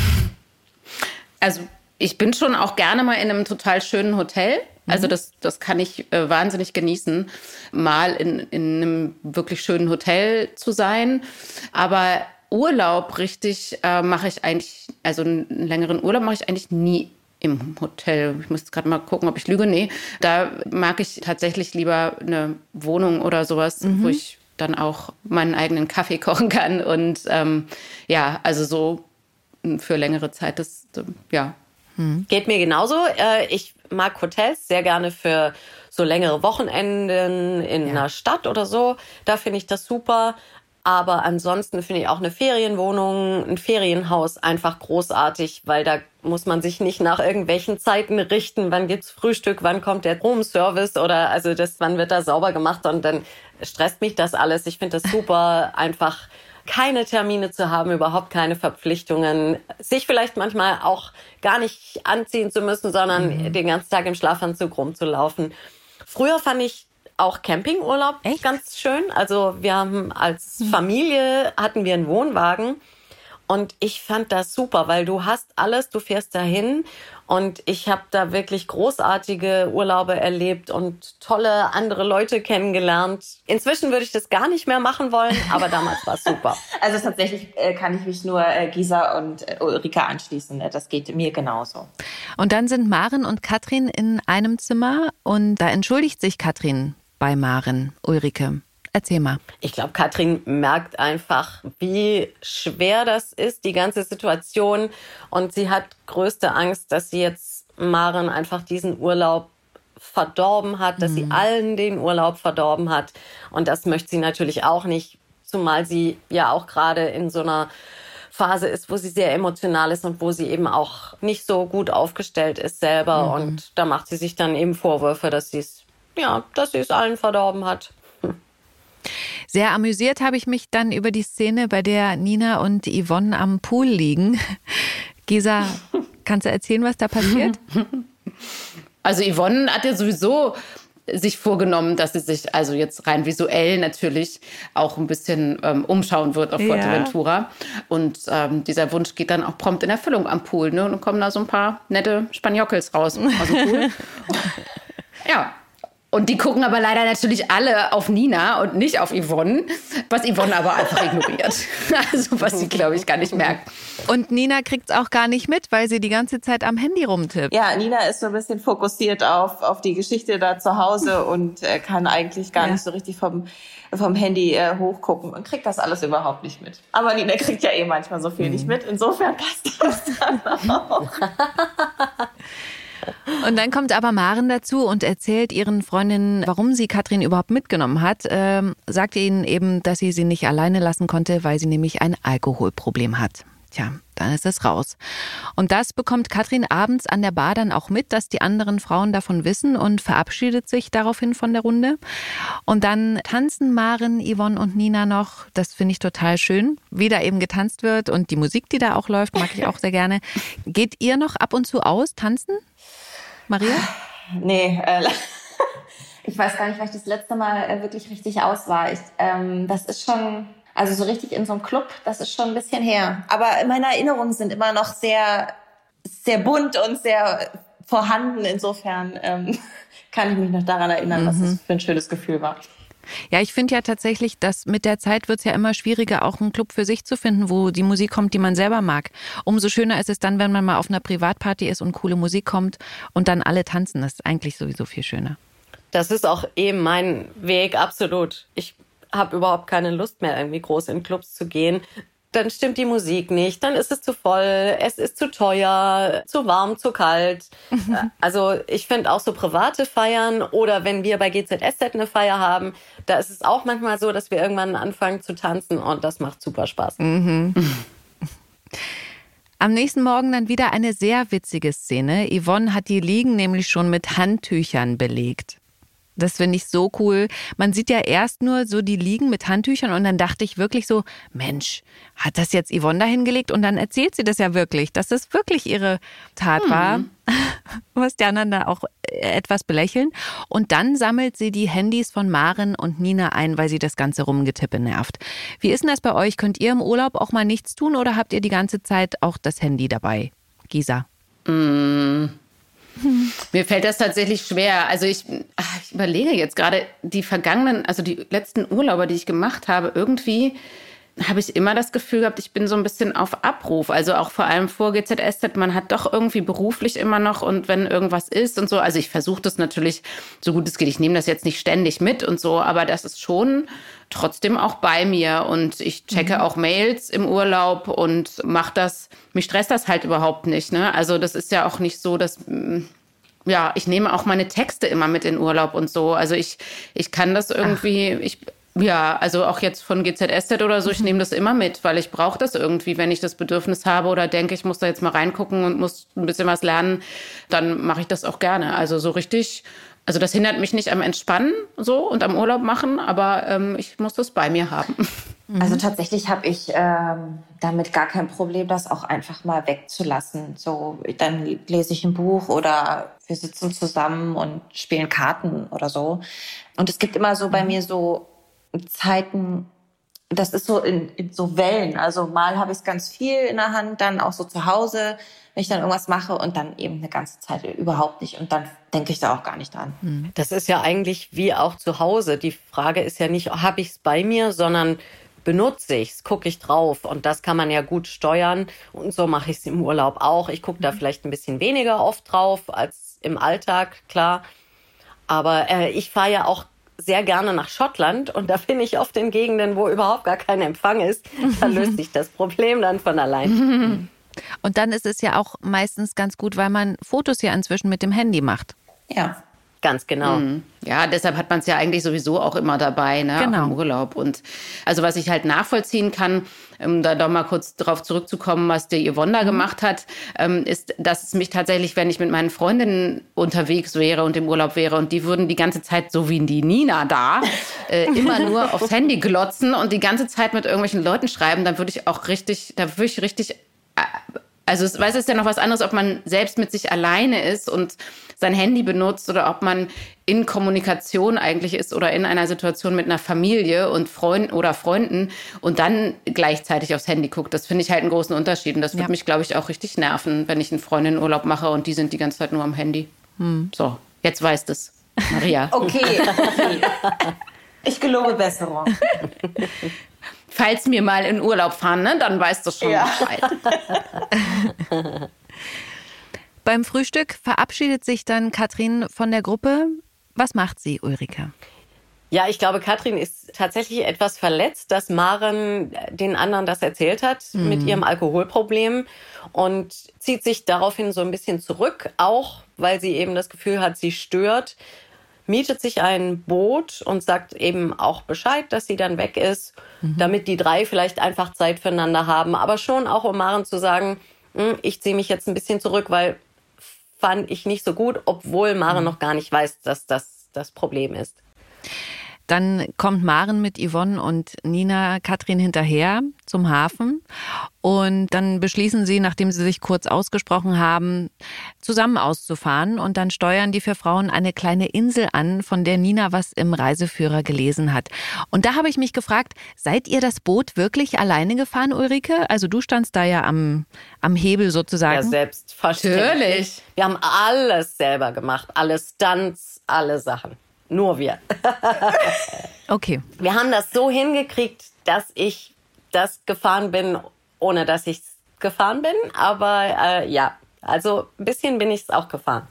Also ich bin schon auch gerne mal in einem total schönen Hotel. Also das kann ich wahnsinnig genießen, mal in einem wirklich schönen Hotel zu sein. Aber Urlaub richtig mache ich eigentlich, also einen längeren Urlaub mache ich eigentlich nie im Hotel. Ich muss jetzt gerade mal gucken, ob ich lüge. Nee, da mag ich tatsächlich lieber eine Wohnung oder sowas, wo ich dann auch meinen eigenen Kaffee kochen kann. Und also so für längere Zeit, Geht mir genauso. Ich mag Hotels sehr gerne für so längere Wochenenden in einer Stadt oder so. Da finde ich das super. Aber ansonsten finde ich auch eine Ferienwohnung, ein Ferienhaus einfach großartig, weil da muss man sich nicht nach irgendwelchen Zeiten richten. Wann gibt's Frühstück, wann kommt der Roomservice oder wann wird da sauber gemacht und dann stresst mich das alles. Ich finde das super, einfach keine Termine zu haben, überhaupt keine Verpflichtungen, sich vielleicht manchmal auch gar nicht anziehen zu müssen, sondern den ganzen Tag im Schlafanzug rumzulaufen. Früher fand ich auch Campingurlaub ganz schön. Also wir haben als Familie hatten wir einen Wohnwagen und ich fand das super, weil du hast alles, du fährst dahin und ich habe da wirklich großartige Urlaube erlebt und tolle andere Leute kennengelernt. Inzwischen würde ich das gar nicht mehr machen wollen, aber damals war es super. Also tatsächlich kann ich mich nur Gisa und Ulrike anschließen. Das geht mir genauso. Und dann sind Maren und Katrin in einem Zimmer und da entschuldigt sich Katrin bei Maren. Ulrike, erzähl mal. Ich glaube, Katrin merkt einfach, wie schwer das ist, die ganze Situation. Und sie hat größte Angst, dass sie jetzt Maren einfach diesen Urlaub verdorben hat, dass sie allen den Urlaub verdorben hat. Und das möchte sie natürlich auch nicht, zumal sie ja auch gerade in so einer Phase ist, wo sie sehr emotional ist und wo sie eben auch nicht so gut aufgestellt ist selber. Und da macht sie sich dann eben Vorwürfe, dass sie es allen verdorben hat. Sehr amüsiert habe ich mich dann über die Szene, bei der Nina und Yvonne am Pool liegen. Gisa, kannst du erzählen, was da passiert? Also Yvonne hat ja sowieso sich vorgenommen, dass sie sich also jetzt rein visuell natürlich auch ein bisschen umschauen wird auf Fuerteventura. Und dieser Wunsch geht dann auch prompt in Erfüllung am Pool. Ne? Und dann kommen da so ein paar nette Spaniokels raus aus dem Pool. Ja. Und die gucken aber leider natürlich alle auf Nina und nicht auf Yvonne, was Yvonne aber einfach ignoriert. Also was sie, glaube ich, gar nicht merkt. Und Nina kriegt es auch gar nicht mit, weil sie die ganze Zeit am Handy rumtippt. Ja, Nina ist so ein bisschen fokussiert auf die Geschichte da zu Hause und kann eigentlich gar nicht so richtig vom Handy hochgucken und kriegt das alles überhaupt nicht mit. Aber Nina kriegt ja manchmal so viel nicht mit. Insofern passt das dann auch. Und dann kommt aber Maren dazu und erzählt ihren Freundinnen, warum sie Katrin überhaupt mitgenommen hat. Sagt ihnen eben, dass sie nicht alleine lassen konnte, weil sie nämlich ein Alkoholproblem hat. Tja, dann ist es raus. Und das bekommt Katrin abends an der Bar dann auch mit, dass die anderen Frauen davon wissen und verabschiedet sich daraufhin von der Runde. Und dann tanzen Maren, Yvonne und Nina noch. Das finde ich total schön, wie da eben getanzt wird. Und die Musik, die da auch läuft, mag ich auch sehr gerne. Geht ihr noch ab und zu aus, tanzen? Maria? Nee, ich weiß gar nicht, weil ich das letzte Mal wirklich richtig aus war. Das ist schon, also so richtig in so einem Club, das ist schon ein bisschen her. Aber meine Erinnerungen sind immer noch sehr, sehr bunt und sehr vorhanden. Insofern kann ich mich noch daran erinnern, was das für ein schönes Gefühl war. Ja, ich finde ja tatsächlich, dass mit der Zeit wird es ja immer schwieriger, auch einen Club für sich zu finden, wo die Musik kommt, die man selber mag. Umso schöner ist es dann, wenn man mal auf einer Privatparty ist und coole Musik kommt und dann alle tanzen. Das ist eigentlich sowieso viel schöner. Das ist auch eben mein Weg, absolut. Ich habe überhaupt keine Lust mehr, irgendwie groß in Clubs zu gehen. Dann stimmt die Musik nicht, dann ist es zu voll, es ist zu teuer, zu warm, zu kalt. Also ich finde auch so private Feiern oder wenn wir bei GZSZ eine Feier haben, da ist es auch manchmal so, dass wir irgendwann anfangen zu tanzen und das macht super Spaß. Mhm. Am nächsten Morgen dann wieder eine sehr witzige Szene. Yvonne hat die Liegen nämlich schon mit Handtüchern belegt. Das finde ich so cool. Man sieht ja erst nur so die Liegen mit Handtüchern und dann dachte ich wirklich so, Mensch, hat das jetzt Yvonne da hingelegt? Und dann erzählt sie das ja wirklich, dass das wirklich ihre Tat war, was die anderen da auch etwas belächeln. Und dann sammelt sie die Handys von Maren und Nina ein, weil sie das ganze Rumgetippe nervt. Wie ist denn das bei euch? Könnt ihr im Urlaub auch mal nichts tun oder habt ihr die ganze Zeit auch das Handy dabei? Gisa? Mir fällt das tatsächlich schwer. Also ich überlege jetzt gerade die letzten Urlaube, die ich gemacht habe, irgendwie habe ich immer das Gefühl gehabt, ich bin so ein bisschen auf Abruf. Also auch vor allem vor GZSZ, man hat doch irgendwie beruflich immer noch und wenn irgendwas ist und so. Also ich versuche das natürlich so gut es geht. Ich nehme das jetzt nicht ständig mit und so, aber das ist schon trotzdem auch bei mir und ich checke auch Mails im Urlaub und mache das, mich stresst das halt überhaupt nicht. Ne? Also das ist ja auch nicht so, dass, ja, ich nehme auch meine Texte immer mit in Urlaub und so. Also ich kann das irgendwie, also auch jetzt von GZSZ oder so, ich nehme das immer mit, weil ich brauche das irgendwie, wenn ich das Bedürfnis habe oder denke, ich muss da jetzt mal reingucken und muss ein bisschen was lernen, dann mache ich das auch gerne. Also so richtig. Also das hindert mich nicht am Entspannen so und am Urlaub machen, aber ich muss das bei mir haben. Also tatsächlich habe ich damit gar kein Problem, das auch einfach mal wegzulassen. So, dann lese ich ein Buch oder wir sitzen zusammen und spielen Karten oder so. Und es gibt immer so bei mir so Zeiten, das ist so in so Wellen. Also mal habe ich es ganz viel in der Hand, dann auch so zu Hause, wenn ich dann irgendwas mache und dann eben eine ganze Zeit überhaupt nicht. Und dann denke ich da auch gar nicht dran. Das ist ja eigentlich wie auch zu Hause. Die Frage ist ja nicht, habe ich es bei mir, sondern benutze ich es, gucke ich drauf. Und das kann man ja gut steuern. Und so mache ich es im Urlaub auch. Ich gucke da vielleicht ein bisschen weniger oft drauf als im Alltag, klar. Aber ich fahre ja auch sehr gerne nach Schottland und da bin ich oft in Gegenden, wo überhaupt gar kein Empfang ist. Da löst sich das Problem dann von allein. Und dann ist es ja auch meistens ganz gut, weil man Fotos ja inzwischen mit dem Handy macht. Ja. Ganz genau. Ja, deshalb hat man es ja eigentlich sowieso auch immer dabei, ne? Genau. Auch im Urlaub. Und also was ich halt nachvollziehen kann, da doch mal kurz darauf zurückzukommen, was die Yvonne da gemacht hat, ist, dass es mich tatsächlich, wenn ich mit meinen Freundinnen unterwegs wäre und im Urlaub wäre und die würden die ganze Zeit, so wie die Nina da, immer nur aufs Handy glotzen und die ganze Zeit mit irgendwelchen Leuten schreiben, dann würde ich auch richtig Also es ist ja noch was anderes, ob man selbst mit sich alleine ist und sein Handy benutzt oder ob man in Kommunikation eigentlich ist oder in einer Situation mit einer Familie und Freunden oder Freunden und dann gleichzeitig aufs Handy guckt. Das finde ich halt einen großen Unterschied. Und das würde mich, glaube ich, auch richtig nerven, wenn ich einen Freundinnenurlaub mache und die sind die ganze Zeit nur am Handy. So, jetzt weißt es, Maria. Okay. Ich gelobe Besserung. Falls wir mal in Urlaub fahren, ne, dann weißt du schon Bescheid. Beim Frühstück verabschiedet sich dann Katrin von der Gruppe. Was macht sie, Ulrike? Ja, ich glaube, Katrin ist tatsächlich etwas verletzt, dass Maren den anderen das erzählt hat mit ihrem Alkoholproblem und zieht sich daraufhin so ein bisschen zurück, auch weil sie eben das Gefühl hat, sie stört, mietet sich ein Boot und sagt eben auch Bescheid, dass sie dann weg ist, damit die 3 vielleicht einfach Zeit füreinander haben. Aber schon auch, um Maren zu sagen, ich ziehe mich jetzt ein bisschen zurück, weil fand ich nicht so gut, obwohl Maren noch gar nicht weiß, dass das das Problem ist. Dann kommt Maren mit Yvonne und Nina Katrin hinterher zum Hafen und dann beschließen sie, nachdem sie sich kurz ausgesprochen haben, zusammen auszufahren und dann steuern die 4 Frauen eine kleine Insel an, von der Nina was im Reiseführer gelesen hat. Und da habe ich mich gefragt, seid ihr das Boot wirklich alleine gefahren, Ulrike? Also du standst da ja am Hebel sozusagen. Ja, selbstverständlich. Natürlich. Wir haben alles selber gemacht, alle Stunts, alle Sachen. Nur wir. Okay. Wir haben das so hingekriegt, dass ich das gefahren bin, ohne dass ich es gefahren bin. Aber ja, also ein bisschen bin ich es auch gefahren.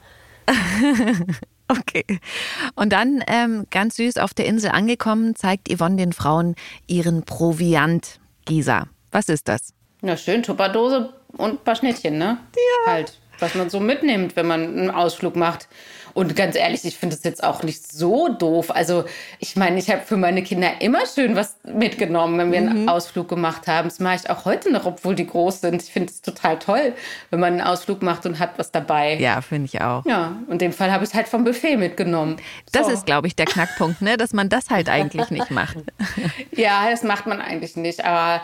Okay. Und dann, ganz süß auf der Insel angekommen, zeigt Yvonne den Frauen ihren Proviant. Gisa, was ist das? Ja, schön, Tupperdose und ein paar Schnittchen, ne? Ja. Halt, was man so mitnimmt, wenn man einen Ausflug macht. Und ganz ehrlich, ich finde es jetzt auch nicht so doof. Also ich meine, ich habe für meine Kinder immer schön was mitgenommen, wenn wir einen Ausflug gemacht haben. Das mache ich auch heute noch, obwohl die groß sind. Ich finde es total toll, wenn man einen Ausflug macht und hat was dabei. Ja, finde ich auch. Ja, in dem Fall habe ich es halt vom Buffet mitgenommen. Das ist, glaube ich, der Knackpunkt, ne? Dass man das halt eigentlich nicht macht. Ja, das macht man eigentlich nicht. Aber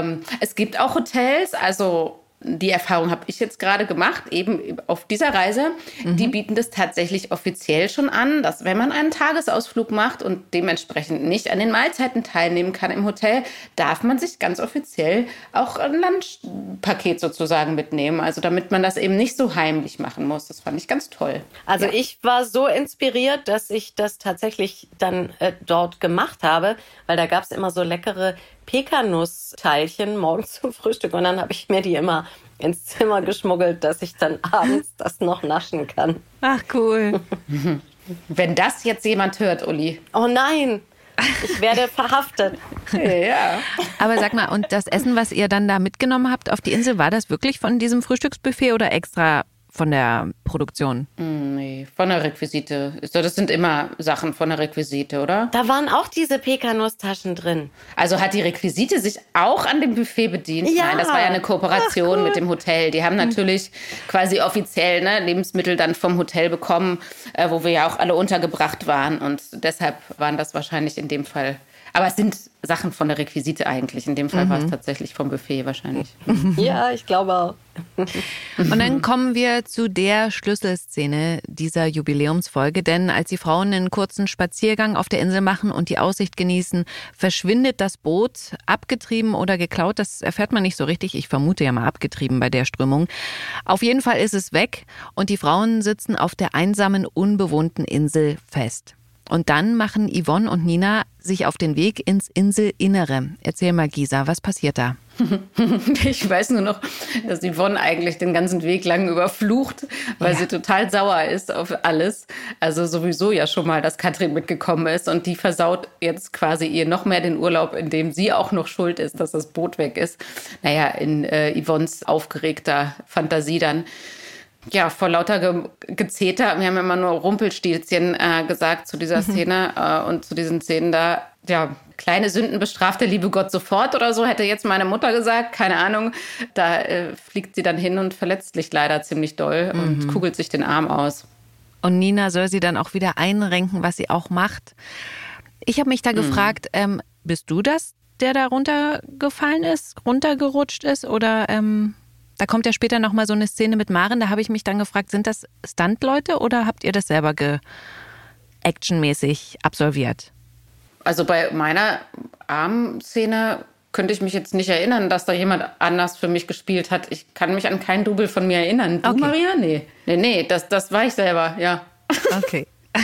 es gibt auch Hotels, also die Erfahrung habe ich jetzt gerade gemacht, eben auf dieser Reise. Die bieten das tatsächlich offiziell schon an, dass wenn man einen Tagesausflug macht und dementsprechend nicht an den Mahlzeiten teilnehmen kann im Hotel, darf man sich ganz offiziell auch ein Lunchpaket sozusagen mitnehmen. Also damit man das eben nicht so heimlich machen muss. Das fand ich ganz toll. Also ich war so inspiriert, dass ich das tatsächlich dann dort gemacht habe, weil da gab es immer so leckere Pekanuss-Teilchen morgens zum Frühstück und dann habe ich mir die immer ins Zimmer geschmuggelt, dass ich dann abends das noch naschen kann. Ach, cool. Wenn das jetzt jemand hört, Uli. Oh nein, ich werde verhaftet. Ja. Aber sag mal, und das Essen, was ihr dann da mitgenommen habt auf die Insel, war das wirklich von diesem Frühstücksbuffet oder extra von der Produktion? Nee, von der Requisite. Das sind immer Sachen von der Requisite, oder? Da waren auch diese Pekanuss-Taschen drin. Also hat die Requisite sich auch an dem Buffet bedient? Ja. Nein, das war ja eine Kooperation cool. mit dem Hotel. Die haben natürlich quasi offiziell Lebensmittel dann vom Hotel bekommen, wo wir ja auch alle untergebracht waren. Und deshalb waren das wahrscheinlich in dem Fall. Aber es sind Sachen von der Requisite eigentlich. In dem Fall war es tatsächlich vom Buffet wahrscheinlich. Ja, ich glaube auch. Und dann kommen wir zu der Schlüsselszene dieser Jubiläumsfolge, denn als die Frauen einen kurzen Spaziergang auf der Insel machen und die Aussicht genießen, verschwindet das Boot, abgetrieben oder geklaut, das erfährt man nicht so richtig. Ich vermute ja mal abgetrieben bei der Strömung. Auf jeden Fall ist es weg und die Frauen sitzen auf der einsamen, unbewohnten Insel fest. Und dann machen Yvonne und Nina sich auf den Weg ins Inselinnere. Erzähl mal, Gisa, was passiert da? Ich weiß nur noch, dass Yvonne eigentlich den ganzen Weg lang überflucht, weil sie total sauer ist auf alles. Also sowieso ja schon mal, dass Katrin mitgekommen ist und die versaut jetzt quasi ihr noch mehr den Urlaub, indem sie auch noch schuld ist, dass das Boot weg ist. Naja, in Yvonnes aufgeregter Fantasie dann. Ja, vor lauter Gezeter, wir haben immer nur Rumpelstilzchen gesagt zu dieser Szene und zu diesen Szenen da. Ja, kleine Sünden bestraft der liebe Gott sofort oder so, hätte jetzt meine Mutter gesagt, keine Ahnung. Da fliegt sie dann hin und verletzt sich leider ziemlich doll und kugelt sich den Arm aus. Und Nina soll sie dann auch wieder einrenken, was sie auch macht. Ich habe mich da gefragt, bist du das, der da runtergefallen ist, runtergerutscht ist oder Da kommt ja später nochmal so eine Szene mit Maren, da habe ich mich dann gefragt, sind das Stuntleute oder habt ihr das selber actionmäßig absolviert? Also bei meiner Armszene könnte ich mich jetzt nicht erinnern, dass da jemand anders für mich gespielt hat. Ich kann mich an kein Double von mir erinnern. Du, okay. Maria? Nee, das war ich selber, ja. Okay.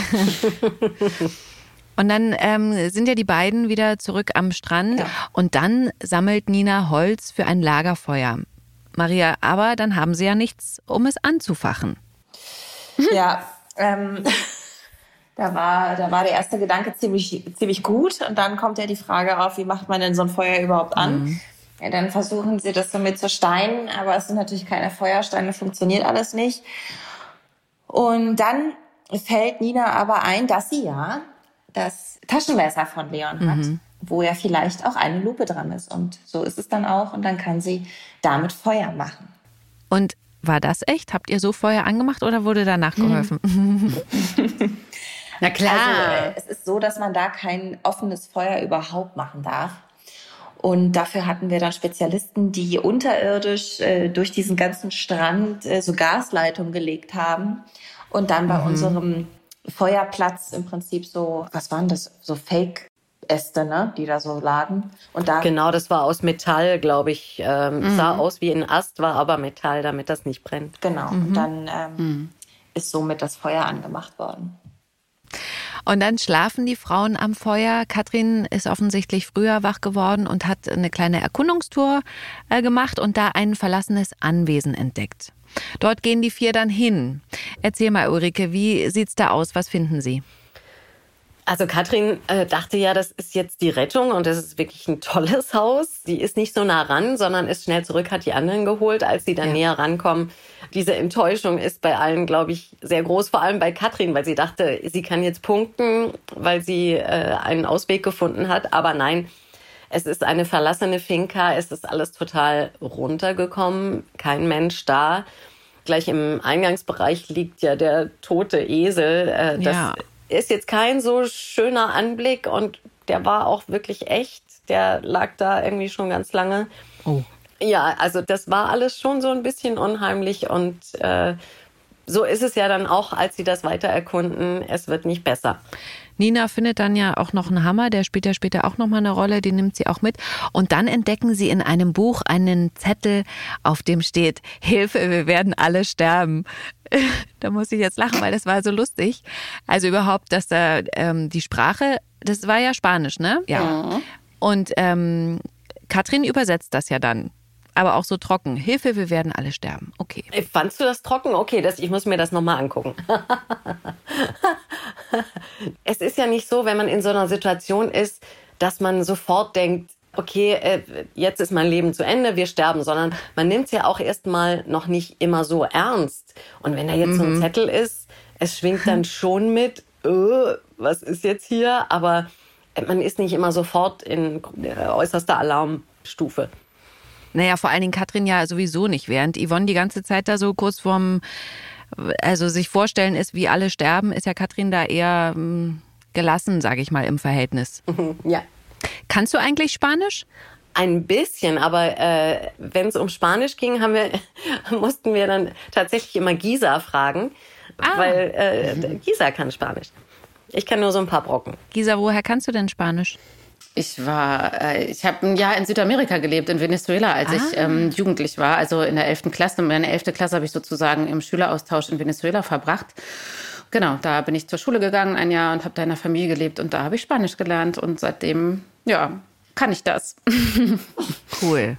Und dann sind ja die beiden wieder zurück am Strand und dann sammelt Nina Holz für ein Lagerfeuer. Maria, aber dann haben sie ja nichts, um es anzufachen. Ja, da war der erste Gedanke ziemlich gut und dann kommt ja die Frage auf, wie macht man denn so ein Feuer überhaupt an? Ja, dann versuchen sie das so mit so Steinen, aber es sind natürlich keine Feuersteine, funktioniert alles nicht. Und dann fällt Nina aber ein, dass sie ja das Taschenmesser von Leon hat, wo ja vielleicht auch eine Lupe dran ist. Und so ist es dann auch. Und dann kann sie damit Feuer machen. Und war das echt? Habt ihr so Feuer angemacht oder wurde danach geholfen? Na klar. Also, es ist so, dass man da kein offenes Feuer überhaupt machen darf. Und dafür hatten wir dann Spezialisten, die unterirdisch durch diesen ganzen Strand so Gasleitungen gelegt haben. Und dann bei unserem Feuerplatz im Prinzip so, was waren das? So Fake-Äste, ne? Die da so lagen. Und da genau, das war aus Metall, glaube ich. Sah aus wie ein Ast, war aber Metall, damit das nicht brennt. Genau. Und dann ist somit das Feuer angemacht worden. Und dann schlafen die Frauen am Feuer. Katrin ist offensichtlich früher wach geworden und hat eine kleine Erkundungstour gemacht und da ein verlassenes Anwesen entdeckt. Dort gehen die 4 dann hin. Erzähl mal, Ulrike, wie sieht's da aus? Was finden Sie? Also Katrin dachte ja, das ist jetzt die Rettung und das ist wirklich ein tolles Haus. Sie ist nicht so nah ran, sondern ist schnell zurück, hat die anderen geholt, als sie dann näher rankommen. Diese Enttäuschung ist bei allen, glaube ich, sehr groß, vor allem bei Katrin, weil sie dachte, sie kann jetzt punkten, weil sie einen Ausweg gefunden hat. Aber nein, es ist eine verlassene Finca, es ist alles total runtergekommen, kein Mensch da. Gleich im Eingangsbereich liegt ja der tote Esel. Das ist jetzt kein so schöner Anblick und der war auch wirklich echt. Der lag da irgendwie schon ganz lange. Oh. Ja, also das war alles schon so ein bisschen unheimlich und so ist es ja dann auch, als sie das weiter erkunden. Es wird nicht besser. Nina findet dann ja auch noch einen Hammer, der spielt ja später auch nochmal eine Rolle, den nimmt sie auch mit. Und dann entdecken sie in einem Buch einen Zettel, auf dem steht, Hilfe, wir werden alle sterben. Da muss ich jetzt lachen, weil das war so lustig. Also überhaupt, dass da die Sprache, das war ja Spanisch, ne? Ja. Und Katrin übersetzt das ja dann. Aber auch so trocken. Hilfe, wir werden alle sterben. Okay. Fandst du das trocken? Okay, ich muss mir das nochmal angucken. Es ist ja nicht so, wenn man in so einer Situation ist, dass man sofort denkt, okay, jetzt ist mein Leben zu Ende, wir sterben, sondern man nimmt es ja auch erstmal noch nicht immer so ernst. Und wenn da jetzt so ein Zettel ist, es schwingt dann schon mit, was ist jetzt hier? Aber man ist nicht immer sofort in äußerster Alarmstufe. Naja, vor allen Dingen Katrin ja sowieso nicht, während Yvonne die ganze Zeit da so kurz vorm, also sich vorstellen ist, wie alle sterben, ist ja Katrin da eher gelassen, sage ich mal, im Verhältnis. Ja. Kannst du eigentlich Spanisch? Ein bisschen, aber wenn es um Spanisch ging, mussten wir dann tatsächlich immer Gisa fragen, weil Gisa kann Spanisch. Ich kann nur so ein paar Brocken. Gisa, woher kannst du denn Spanisch? Ich habe ein Jahr in Südamerika gelebt, in Venezuela, als ich jugendlich war. Also in der 11. Klasse. Meine 11. Klasse habe ich sozusagen im Schüleraustausch in Venezuela verbracht. Genau, da bin ich zur Schule gegangen ein Jahr und habe da in der Familie gelebt. Und da habe ich Spanisch gelernt. Und seitdem, kann ich das. Cool.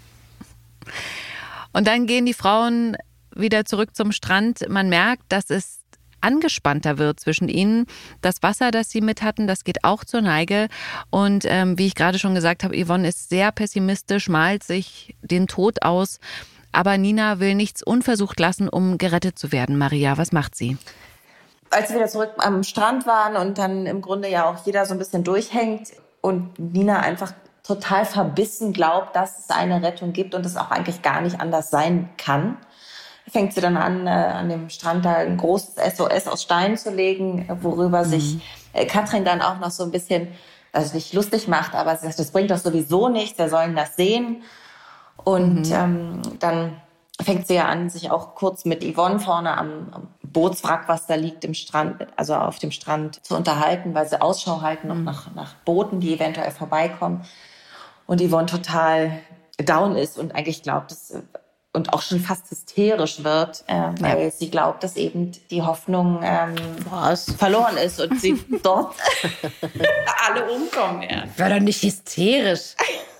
Und dann gehen die Frauen wieder zurück zum Strand. Man merkt, dass es angespannter wird zwischen ihnen. Das Wasser, das sie mit hatten, das geht auch zur Neige. Und wie ich gerade schon gesagt habe, Yvonne ist sehr pessimistisch, malt sich den Tod aus. Aber Nina will nichts unversucht lassen, um gerettet zu werden. Maria, was macht sie? Als wir wieder zurück am Strand waren und dann im Grunde ja auch jeder so ein bisschen durchhängt und Nina einfach total verbissen glaubt, dass es eine Rettung gibt und es auch eigentlich gar nicht anders sein kann, fängt sie dann an dem Strand da ein großes SOS aus Stein zu legen, worüber sich Katrin dann auch noch so ein bisschen, also nicht lustig macht, aber sie sagt, das bringt doch sowieso nichts, wer soll denn das sehen? Und dann fängt sie ja an, sich auch kurz mit Yvonne vorne am Bootswrack, was da liegt im Strand, also auf dem Strand, zu unterhalten, weil sie Ausschau halten noch nach Booten, die eventuell vorbeikommen. Und Yvonne total down ist und eigentlich glaubt, und auch schon fast hysterisch wird, weil sie glaubt, dass eben die Hoffnung verloren ist und sie dort alle umkommen. Ja. War doch nicht hysterisch.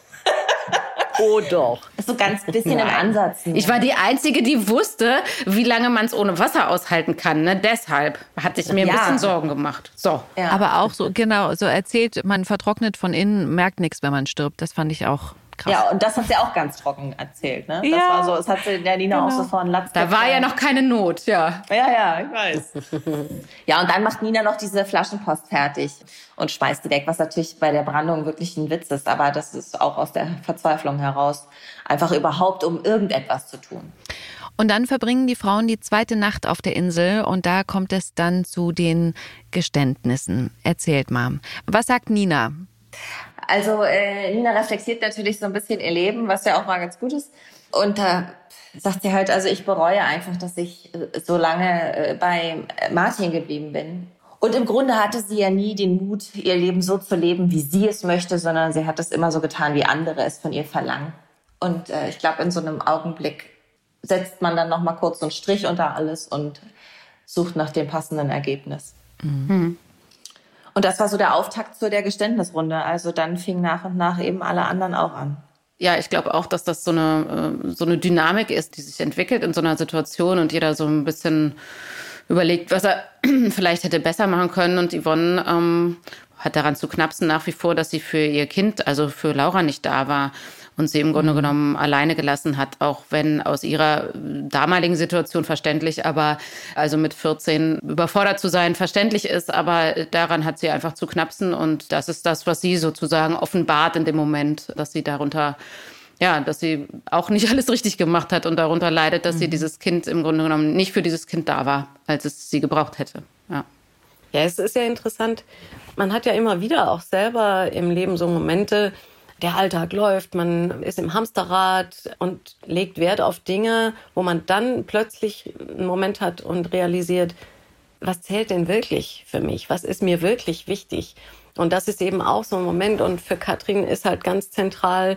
Oh doch. So ganz bisschen im Ansatz. Ich war die Einzige, die wusste, wie lange man es ohne Wasser aushalten kann. Ne? Deshalb hatte ich mir ein bisschen Sorgen gemacht. So. Ja. Aber auch so, genau, so erzählt, man vertrocknet von innen, merkt nichts, wenn man stirbt. Das fand ich auch krass. Ja, und das hat sie auch ganz trocken erzählt. Ne? Das war so, das hat sie der Nina auch so vor den Latz. Da war ja noch keine Not, ja. Ja, ich weiß. Ja, und dann macht Nina noch diese Flaschenpost fertig und schmeißt die weg, was natürlich bei der Brandung wirklich ein Witz ist. Aber das ist auch aus der Verzweiflung heraus. Einfach überhaupt, um irgendetwas zu tun. Und dann verbringen die Frauen die zweite Nacht auf der Insel und da kommt es dann zu den Geständnissen. Erzählt mal. Was sagt Nina? Also Nina reflektiert natürlich so ein bisschen ihr Leben, was ja auch mal ganz gut ist. Und da sagt sie halt, also ich bereue einfach, dass ich so lange bei Martin geblieben bin. Und im Grunde hatte sie ja nie den Mut, ihr Leben so zu leben, wie sie es möchte, sondern sie hat es immer so getan, wie andere es von ihr verlangen. Und ich glaube, in so einem Augenblick setzt man dann noch mal kurz so einen Strich unter alles und sucht nach dem passenden Ergebnis. Mhm. Und das war so der Auftakt zu der Geständnisrunde. Also dann fing nach und nach eben alle anderen auch an. Ja, ich glaube auch, dass das so eine Dynamik ist, die sich entwickelt in so einer Situation und jeder so ein bisschen überlegt, was er vielleicht hätte besser machen können. Und Yvonne hat daran zu knapsen nach wie vor, dass sie für ihr Kind, also für Laura, nicht da war und sie im Grunde genommen alleine gelassen hat, auch wenn aus ihrer damaligen Situation verständlich, aber also mit 14 überfordert zu sein verständlich ist, aber daran hat sie einfach zu knapsen und das ist das, was sie sozusagen offenbart in dem Moment, dass sie darunter, ja, dass sie auch nicht alles richtig gemacht hat und darunter leidet, dass sie dieses Kind im Grunde genommen nicht für dieses Kind da war, als es sie gebraucht hätte. Ja. Ja, es ist ja interessant. Man hat ja immer wieder auch selber im Leben so Momente, der Alltag läuft, man ist im Hamsterrad und legt Wert auf Dinge, wo man dann plötzlich einen Moment hat und realisiert, was zählt denn wirklich für mich? Was ist mir wirklich wichtig? Und das ist eben auch so ein Moment. Und für Katrin ist halt ganz zentral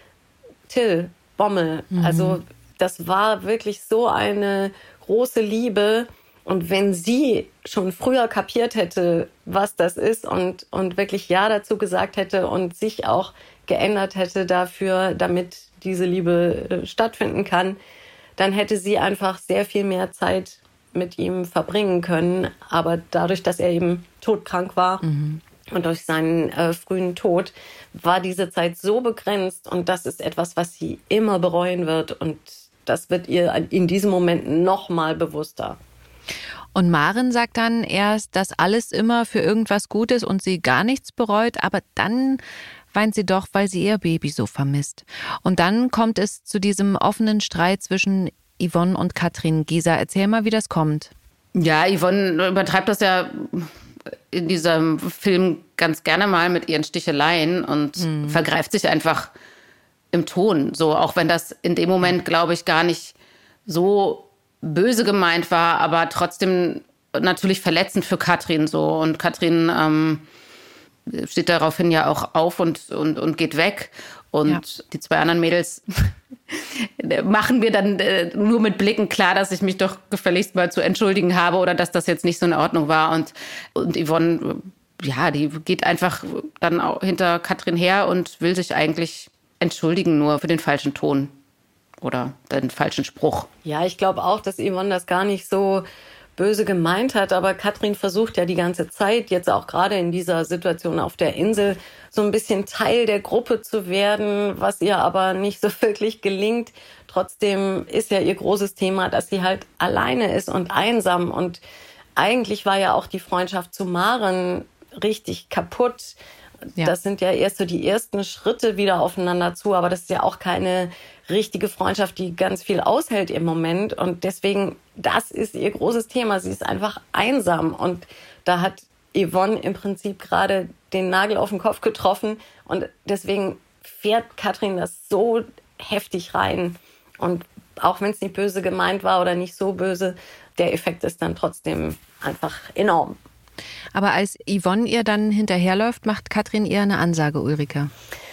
Till Bommel. Also das war wirklich so eine große Liebe. Und wenn sie schon früher kapiert hätte, was das ist und wirklich Ja dazu gesagt hätte und sich auch geändert hätte dafür, damit diese Liebe stattfinden kann, dann hätte sie einfach sehr viel mehr Zeit mit ihm verbringen können. Aber dadurch, dass er eben todkrank war und durch seinen frühen Tod, war diese Zeit so begrenzt. Und das ist etwas, was sie immer bereuen wird. Und das wird ihr in diesem Moment noch mal bewusster. Und Maren sagt dann erst, dass alles immer für irgendwas gut ist und sie gar nichts bereut, aber dann weint sie doch, weil sie ihr Baby so vermisst. Und dann kommt es zu diesem offenen Streit zwischen Yvonne und Katrin. Gisa, erzähl mal, wie das kommt. Ja, Yvonne übertreibt das ja in diesem Film ganz gerne mal mit ihren Sticheleien und vergreift sich einfach im Ton. So, auch wenn das in dem Moment, glaube ich, gar nicht so böse gemeint war, aber trotzdem natürlich verletzend für Katrin so. Und Katrin steht daraufhin ja auch auf und geht weg. Und die zwei anderen Mädels machen mir dann nur mit Blicken klar, dass ich mich doch gefälligst mal zu entschuldigen habe oder dass das jetzt nicht so in Ordnung war. Und Yvonne, ja, die geht einfach dann auch hinter Katrin her und will sich eigentlich entschuldigen, nur für den falschen Ton oder den falschen Spruch. Ja, ich glaube auch, dass Yvonne das gar nicht so böse gemeint hat, aber Katrin versucht ja die ganze Zeit, jetzt auch gerade in dieser Situation auf der Insel, so ein bisschen Teil der Gruppe zu werden, was ihr aber nicht so wirklich gelingt. Trotzdem ist ja ihr großes Thema, dass sie halt alleine ist und einsam. Und eigentlich war ja auch die Freundschaft zu Maren richtig kaputt. Ja. Das sind ja erst so die ersten Schritte wieder aufeinander zu, aber das ist ja auch keine richtige Freundschaft, die ganz viel aushält im Moment. Und deswegen, das ist ihr großes Thema. Sie ist einfach einsam. Und da hat Yvonne im Prinzip gerade den Nagel auf den Kopf getroffen. Und deswegen fährt Katrin das so heftig rein und auch wenn es nicht böse gemeint war oder nicht so böse, der Effekt ist dann trotzdem einfach enorm. Aber als Yvonne ihr dann hinterherläuft, macht Katrin ihr eine Ansage, Ulrike.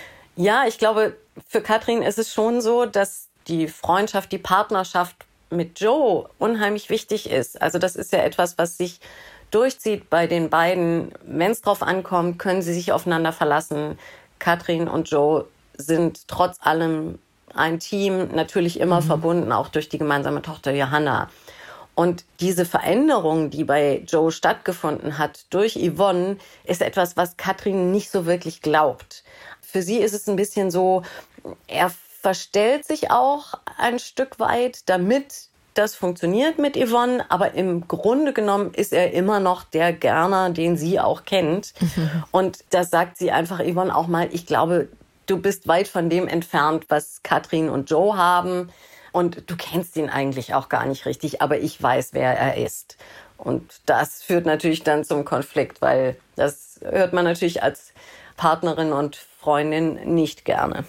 Ja, ich glaube, für Katrin ist es schon so, dass die Freundschaft, die Partnerschaft mit Joe unheimlich wichtig ist. Also das ist ja etwas, was sich durchzieht bei den beiden. Wenn es drauf ankommt, können sie sich aufeinander verlassen. Katrin und Joe sind trotz allem ein Team, natürlich immer verbunden, auch durch die gemeinsame Tochter Johanna. Und diese Veränderung, die bei Joe stattgefunden hat durch Yvonne, ist etwas, was Katrin nicht so wirklich glaubt. Für sie ist es ein bisschen so, er verstellt sich auch ein Stück weit, damit das funktioniert mit Yvonne, aber im Grunde genommen ist er immer noch der Gerner, den sie auch kennt. Und das sagt sie einfach Yvonne auch mal, ich glaube, du bist weit von dem entfernt, was Katrin und Joe haben. Und du kennst ihn eigentlich auch gar nicht richtig, aber ich weiß, wer er ist. Und das führt natürlich dann zum Konflikt, weil das hört man natürlich als Partnerin und Freundin nicht gerne.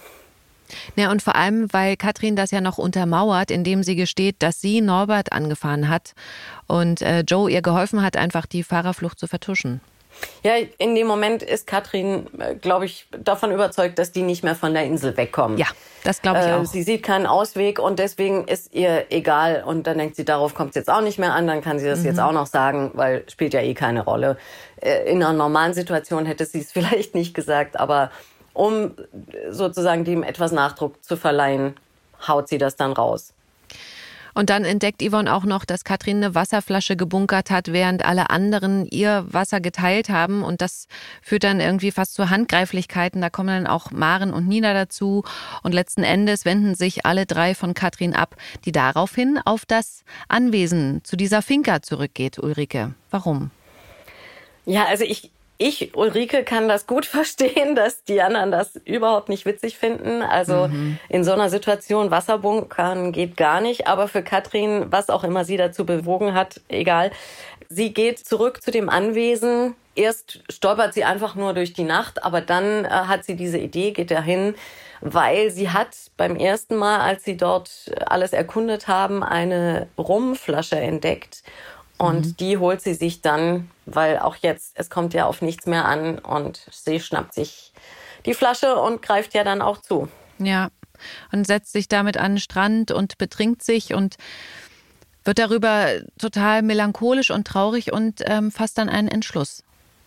Ja, und vor allem, weil Katrin das ja noch untermauert, indem sie gesteht, dass sie Norbert angefahren hat und Joe ihr geholfen hat, einfach die Fahrerflucht zu vertuschen. Ja, in dem Moment ist Katrin, glaube ich, davon überzeugt, dass die nicht mehr von der Insel wegkommen. Ja, das glaube ich auch. Sie sieht keinen Ausweg und deswegen ist ihr egal. Und dann denkt sie, darauf kommt es jetzt auch nicht mehr an. Dann kann sie das jetzt auch noch sagen, weil spielt ja eh keine Rolle. In einer normalen Situation hätte sie es vielleicht nicht gesagt, aber um sozusagen dem etwas Nachdruck zu verleihen, haut sie das dann raus. Und dann entdeckt Yvonne auch noch, dass Katrin eine Wasserflasche gebunkert hat, während alle anderen ihr Wasser geteilt haben. Und das führt dann irgendwie fast zu Handgreiflichkeiten. Da kommen dann auch Maren und Nina dazu. Und letzten Endes wenden sich alle drei von Katrin ab, die daraufhin auf das Anwesen zu dieser Finca zurückgeht, Ulrike. Warum? Ja, also ich, Ulrike, kann das gut verstehen, dass die anderen das überhaupt nicht witzig finden. Also in so einer Situation Wasserbunkern geht gar nicht. Aber für Katrin, was auch immer sie dazu bewogen hat, egal. Sie geht zurück zu dem Anwesen. Erst stolpert sie einfach nur durch die Nacht, aber dann hat sie diese Idee, geht dahin, weil sie hat beim ersten Mal, als sie dort alles erkundet haben, eine Rumflasche entdeckt. Und die holt sie sich dann, weil auch jetzt, es kommt ja auf nichts mehr an und sie schnappt sich die Flasche und greift ja dann auch zu. Ja, und setzt sich damit an den Strand und betrinkt sich und wird darüber total melancholisch und traurig und fasst dann einen Entschluss.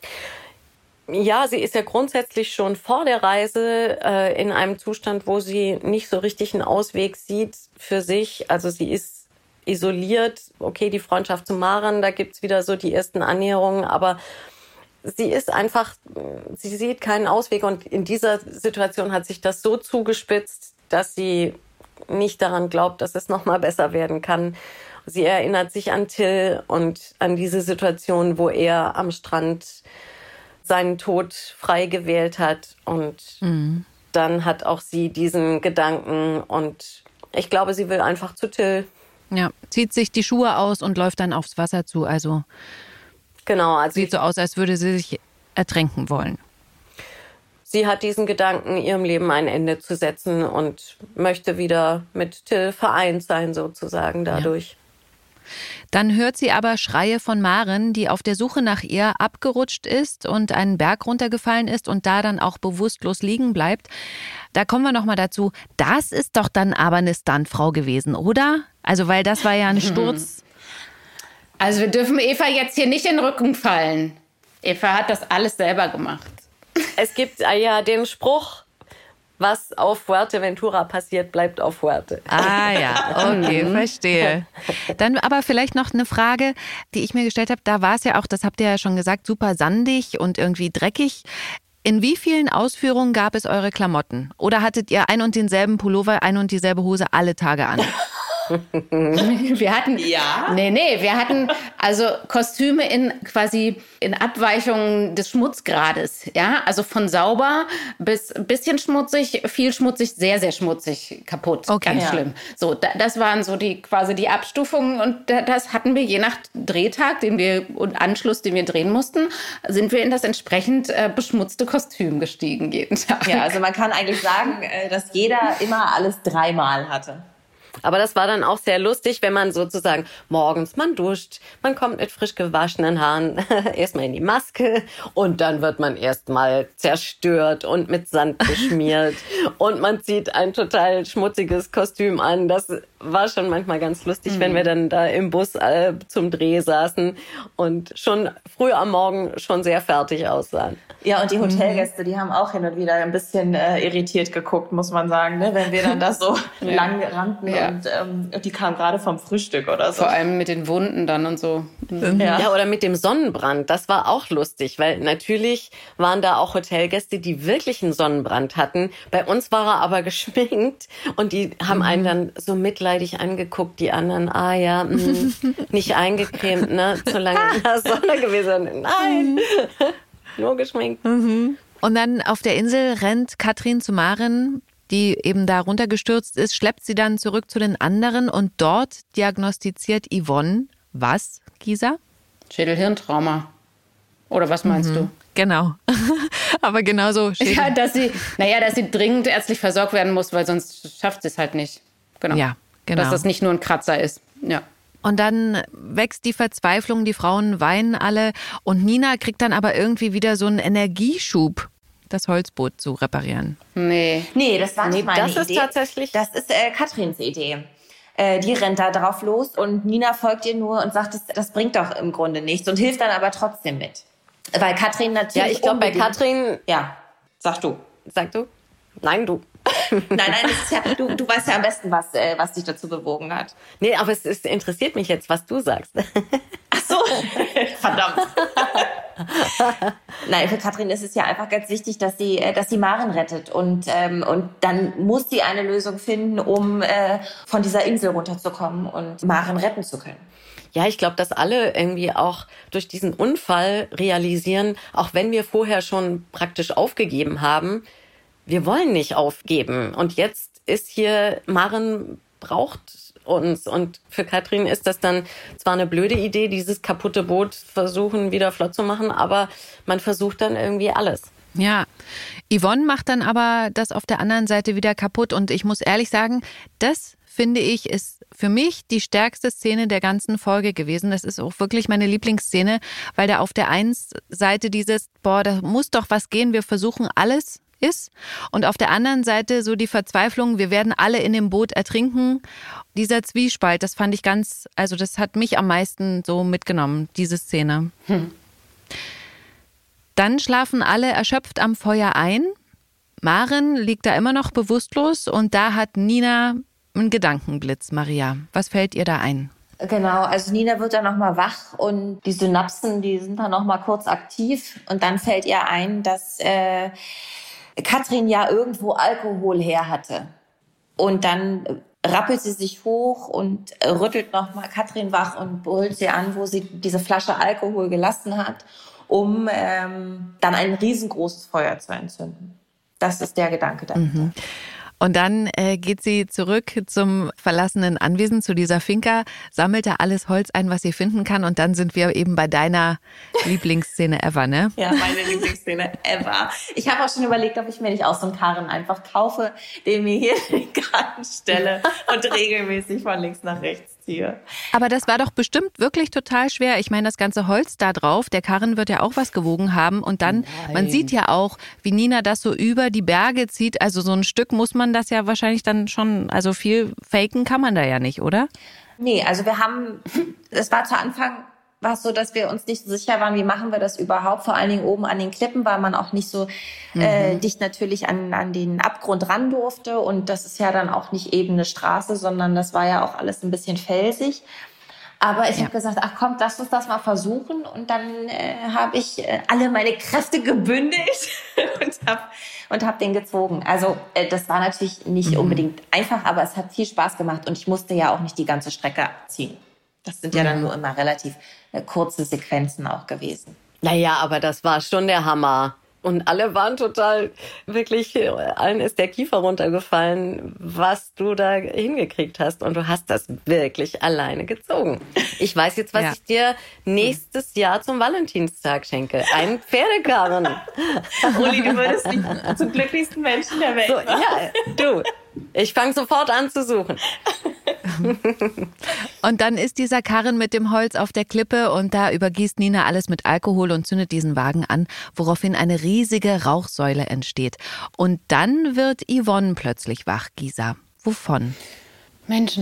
Ja, sie ist ja grundsätzlich schon vor der Reise in einem Zustand, wo sie nicht so richtig einen Ausweg sieht für sich. Also sie ist isoliert, okay, die Freundschaft zu Maren, da gibt's wieder so die ersten Annäherungen, aber sie ist einfach, sie sieht keinen Ausweg und in dieser Situation hat sich das so zugespitzt, dass sie nicht daran glaubt, dass es nochmal besser werden kann. Sie erinnert sich an Till und an diese Situation, wo er am Strand seinen Tod frei gewählt hat und dann hat auch sie diesen Gedanken und ich glaube, sie will einfach zu Till. Ja, zieht sich die Schuhe aus und läuft dann aufs Wasser zu. Also genau, also sieht so aus, als würde sie sich ertränken wollen. Sie hat diesen Gedanken, ihrem Leben ein Ende zu setzen und möchte wieder mit Till vereint sein, sozusagen dadurch. Ja. Dann hört sie aber Schreie von Maren, die auf der Suche nach ihr abgerutscht ist und einen Berg runtergefallen ist und da dann auch bewusstlos liegen bleibt. Da kommen wir nochmal dazu. Das ist doch dann aber eine Stuntfrau gewesen, oder? Also, weil das war ja ein Sturz. Also wir dürfen Eva jetzt hier nicht in den Rücken fallen. Eva hat das alles selber gemacht. Es gibt ja den Spruch, was auf Fuerteventura passiert, bleibt auf Fuerte. Ah ja, okay, verstehe. Dann aber vielleicht noch eine Frage, die ich mir gestellt habe. Da war es ja auch, das habt ihr ja schon gesagt, super sandig und irgendwie dreckig. In wie vielen Ausführungen gab es eure Klamotten? Oder hattet ihr ein und denselben Pullover, ein und dieselbe Hose alle Tage an? Wir hatten, wir hatten also Kostüme in Abweichungen des Schmutzgrades, ja, also von sauber bis ein bisschen schmutzig, viel schmutzig, sehr, sehr schmutzig, kaputt, okay, ganz schlimm. So, das waren so die Abstufungen und das hatten wir je nach Drehtag, und Anschluss, den wir drehen mussten, sind wir in das entsprechend beschmutzte Kostüm gestiegen jeden Tag. Ja, also man kann eigentlich sagen, dass jeder immer alles dreimal hatte. Aber das war dann auch sehr lustig, wenn man sozusagen morgens, man duscht, man kommt mit frisch gewaschenen Haaren erstmal in die Maske und dann wird man erstmal zerstört und mit Sand beschmiert und man zieht ein total schmutziges Kostüm an. Das war schon manchmal ganz lustig, wenn wir dann da im Bus zum Dreh saßen und schon früh am Morgen schon sehr fertig aussahen. Ja, und die Hotelgäste, die haben auch hin und wieder ein bisschen irritiert geguckt, muss man sagen, ne? Wenn wir dann da so lang rannten und die kamen gerade vom Frühstück oder so. Vor allem mit den Wunden dann und so. Ja, oder mit dem Sonnenbrand, das war auch lustig, weil natürlich waren da auch Hotelgäste, die wirklich einen Sonnenbrand hatten. Bei uns war er aber geschminkt und die haben einen dann so mitleidig angeguckt, die anderen, nicht eingecremt, ne, zu lange in der Sonne gewesen. Nein, nur geschminkt. Und dann auf der Insel rennt Katrin zu Maren, die eben da runtergestürzt ist, schleppt sie dann zurück zu den anderen und dort diagnostiziert Yvonne was, Gisa? Schädel-Hirntrauma. Oder was meinst du? Genau. Aber genauso Schädel. Ja, dass sie dringend ärztlich versorgt werden muss, weil sonst schafft sie es halt nicht. Genau. Ja, genau. Dass das nicht nur ein Kratzer ist. Ja. Und dann wächst die Verzweiflung, die Frauen weinen alle und Nina kriegt dann aber irgendwie wieder so einen Energieschub, das Holzboot zu reparieren. Nee, das war nicht meine Idee. Das ist tatsächlich... Das ist Katrins Idee. Die rennt da drauf los und Nina folgt ihr nur und sagt, das bringt doch im Grunde nichts und hilft dann aber trotzdem mit. Weil Katrin natürlich... Ja, ich glaube bei Katrin... Ja, sag du. Sag du? Nein, du. Nein, das ist ja, du weißt ja am besten, was dich dazu bewogen hat. Nee, aber es interessiert mich jetzt, was du sagst. Ach so, verdammt. Nein, für Katrin ist es ja einfach ganz wichtig, dass sie Maren rettet und dann muss sie eine Lösung finden, um von dieser Insel runterzukommen und Maren retten zu können. Ja, ich glaube, dass alle irgendwie auch durch diesen Unfall realisieren, auch wenn wir vorher schon praktisch aufgegeben haben, wir wollen nicht aufgeben. Und jetzt ist hier, Maren braucht uns. Und für Katrin ist das dann zwar eine blöde Idee, dieses kaputte Boot versuchen wieder flott zu machen, aber man versucht dann irgendwie alles. Ja, Yvonne macht dann aber das auf der anderen Seite wieder kaputt. Und ich muss ehrlich sagen, das finde ich, ist für mich die stärkste Szene der ganzen Folge gewesen. Das ist auch wirklich meine Lieblingsszene, weil da auf der einen Seite dieses, da muss doch was gehen, wir versuchen alles ist. Und auf der anderen Seite so die Verzweiflung, wir werden alle in dem Boot ertrinken. Dieser Zwiespalt, das fand ich das hat mich am meisten so mitgenommen, diese Szene. Dann schlafen alle erschöpft am Feuer ein. Maren liegt da immer noch bewusstlos und da hat Nina einen Gedankenblitz, Maria. Was fällt ihr da ein? Genau, also Nina wird dann nochmal wach und die Synapsen, die sind dann nochmal kurz aktiv und dann fällt ihr ein, dass Katrin ja irgendwo Alkohol her hatte. Und dann rappelt sie sich hoch und rüttelt nochmal Katrin wach und brüllt sie an, wo sie diese Flasche Alkohol gelassen hat, um dann ein riesengroßes Feuer zu entzünden. Das ist der Gedanke dahinter. Und dann geht sie zurück zum verlassenen Anwesen, zu dieser Finca, sammelt da alles Holz ein, was sie finden kann. Und dann sind wir eben bei deiner Lieblingsszene ever, ne? Ja, meine Lieblingsszene ever. Ich habe auch schon überlegt, ob ich mir nicht auch so einen Karren einfach kaufe, den mir hier in den Garten stelle und regelmäßig von links nach rechts ziehe. Aber das war doch bestimmt wirklich total schwer. Ich meine, das ganze Holz da drauf, der Karren wird ja auch was gewogen haben. Und dann, man sieht ja auch, wie Nina das so über die Berge zieht. Also so ein Stück muss man das ja wahrscheinlich dann schon, also viel faken kann man da ja nicht, oder? Nee, also es war zu Anfang, war es so, dass wir uns nicht so sicher waren, wie machen wir das überhaupt, vor allen Dingen oben an den Klippen, weil man auch nicht so dicht natürlich an den Abgrund ran durfte und das ist ja dann auch nicht ebene Straße, sondern das war ja auch alles ein bisschen felsig. Aber ich habe gesagt, ach komm, lass uns das mal versuchen. Und dann habe ich alle meine Kräfte gebündelt und hab den gezogen. Also das war natürlich nicht unbedingt einfach, aber es hat viel Spaß gemacht. Und ich musste ja auch nicht die ganze Strecke ziehen. Das sind ja dann nur immer relativ kurze Sequenzen auch gewesen. Naja, aber das war schon der Hammer. Und alle waren total, wirklich, allen ist der Kiefer runtergefallen, was du da hingekriegt hast. Und du hast das wirklich alleine gezogen. Ich weiß jetzt, was ich dir nächstes Jahr zum Valentinstag schenke. Einen Pferdekarren. Uli, du würdest mich zum glücklichsten Menschen der Welt machen. So, ja, du, ich fange sofort an zu suchen. Und dann ist dieser Karren mit dem Holz auf der Klippe und da übergießt Nina alles mit Alkohol und zündet diesen Wagen an, woraufhin eine riesige Rauchsäule entsteht. Und dann wird Yvonne plötzlich wach, Gisa. Wovon? Menschen.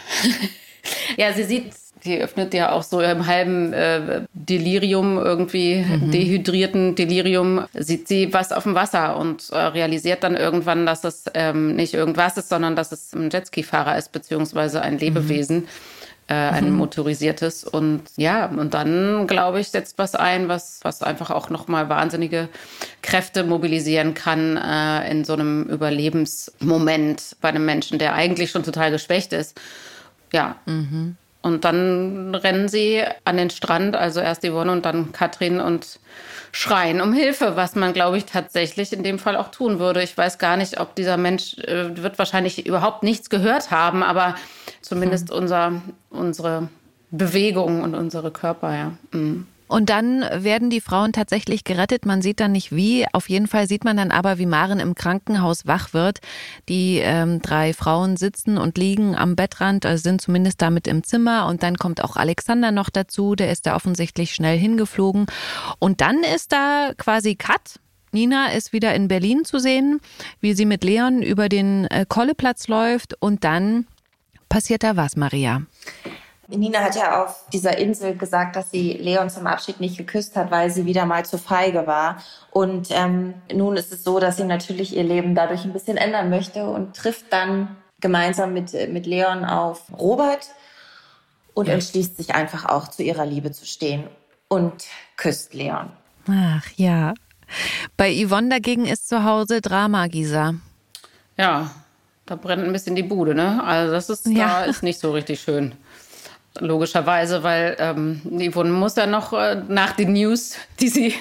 Ja, sie öffnet ja auch so im halben Delirium, irgendwie dehydrierten Delirium, sieht sie was auf dem Wasser und realisiert dann irgendwann, dass es nicht irgendwas ist, sondern dass es ein Jetski-Fahrer ist, beziehungsweise ein Lebewesen, ein motorisiertes. Und ja, und dann, glaube ich, setzt was ein, was einfach auch nochmal wahnsinnige Kräfte mobilisieren kann in so einem Überlebensmoment bei einem Menschen, der eigentlich schon total geschwächt ist. Ja. Und dann rennen sie an den Strand, also erst Yvonne und dann Katrin, und schreien um Hilfe, was man, glaube ich, tatsächlich in dem Fall auch tun würde. Ich weiß gar nicht, ob dieser Mensch wird wahrscheinlich überhaupt nichts gehört haben, aber zumindest unsere Bewegung und unsere Körper, ja. Und dann werden die Frauen tatsächlich gerettet. Man sieht dann nicht wie. Auf jeden Fall sieht man dann aber, wie Maren im Krankenhaus wach wird. Die 3 Frauen sitzen und liegen am Bettrand, also sind zumindest damit im Zimmer. Und dann kommt auch Alexander noch dazu. Der ist da offensichtlich schnell hingeflogen. Und dann ist da quasi Cut. Nina ist wieder in Berlin zu sehen, wie sie mit Leon über den Kolleplatz läuft. Und dann passiert da was, Maria? Nina hat ja auf dieser Insel gesagt, dass sie Leon zum Abschied nicht geküsst hat, weil sie wieder mal zu feige war. Und nun ist es so, dass sie natürlich ihr Leben dadurch ein bisschen ändern möchte und trifft dann gemeinsam mit Leon auf Robert und entschließt sich einfach auch zu ihrer Liebe zu stehen und küsst Leon. Ach ja. Bei Yvonne dagegen ist zu Hause Drama, Gisa. Ja, da brennt ein bisschen die Bude, ne? Also da ist nicht so richtig schön. Logischerweise, weil Yvonne muss ja noch nach den News, die sie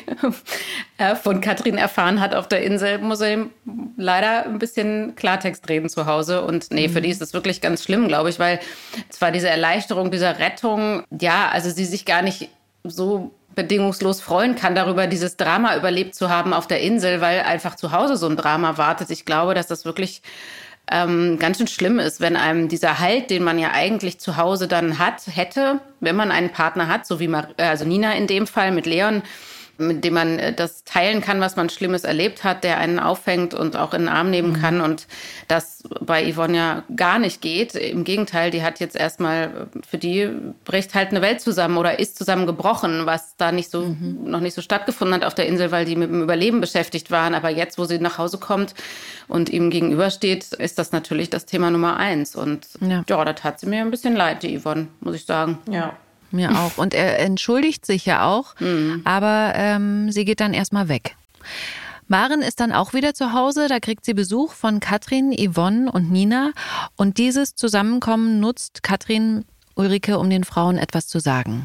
von Katrin erfahren hat auf der Insel, muss er leider ein bisschen Klartext reden zu Hause. Und für die ist es wirklich ganz schlimm, glaube ich, weil zwar diese Erleichterung, dieser Rettung, ja, also sie sich gar nicht so bedingungslos freuen kann darüber, dieses Drama überlebt zu haben auf der Insel, weil einfach zu Hause so ein Drama wartet. Ich glaube, dass das wirklich ganz schön schlimm ist, wenn einem dieser Halt, den man ja eigentlich zu Hause dann hätte, wenn man einen Partner hat, so wie also Nina in dem Fall mit Leon, mit dem man das teilen kann, was man Schlimmes erlebt hat, der einen auffängt und auch in den Arm nehmen kann. Und das bei Yvonne ja gar nicht geht. Im Gegenteil, die hat jetzt erstmal, für die bricht halt eine Welt zusammen oder ist zusammengebrochen, was da noch nicht so stattgefunden hat auf der Insel, weil die mit dem Überleben beschäftigt waren. Aber jetzt, wo sie nach Hause kommt und ihm gegenübersteht, ist das natürlich das Thema Nummer 1. Und ja, da tat sie mir ein bisschen leid, die Yvonne, muss ich sagen. Ja. Mir auch. Und er entschuldigt sich ja auch, aber sie geht dann erstmal weg. Maren ist dann auch wieder zu Hause, da kriegt sie Besuch von Katrin, Yvonne und Nina. Und dieses Zusammenkommen nutzt Katrin Ulrike, um den Frauen etwas zu sagen.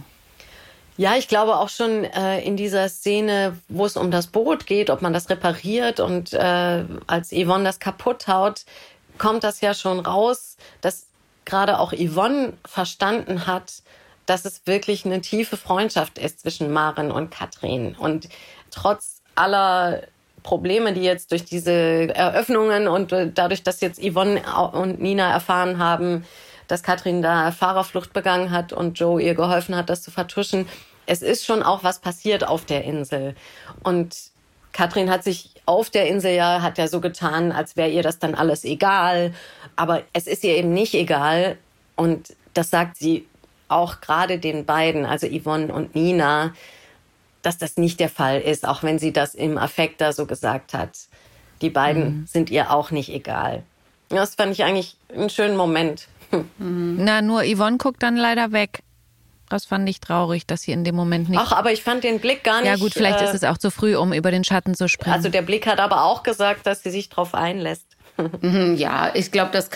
Ja, ich glaube auch schon in dieser Szene, wo es um das Boot geht, ob man das repariert und als Yvonne das kaputt haut, kommt das ja schon raus, dass gerade auch Yvonne verstanden hat, dass es wirklich eine tiefe Freundschaft ist zwischen Maren und Katrin. Und trotz aller Probleme, die jetzt durch diese Eröffnungen und dadurch, dass jetzt Yvonne und Nina erfahren haben, dass Katrin da Fahrerflucht begangen hat und Joe ihr geholfen hat, das zu vertuschen, es ist schon auch was passiert auf der Insel. Und Katrin hat sich auf der Insel hat ja so getan, als wäre ihr das dann alles egal. Aber es ist ihr eben nicht egal. Und das sagt sie auch gerade den beiden, also Yvonne und Nina, dass das nicht der Fall ist, auch wenn sie das im Affekt da so gesagt hat. Die beiden sind ihr auch nicht egal. Ja, das fand ich eigentlich einen schönen Moment. Na, nur Yvonne guckt dann leider weg. Das fand ich traurig, dass sie in dem Moment nicht... Ach, aber ich fand den Blick gar nicht... Ja gut, vielleicht ist es auch zu früh, um über den Schatten zu springen. Also der Blick hat aber auch gesagt, dass sie sich drauf einlässt. Ja, ich glaube, dass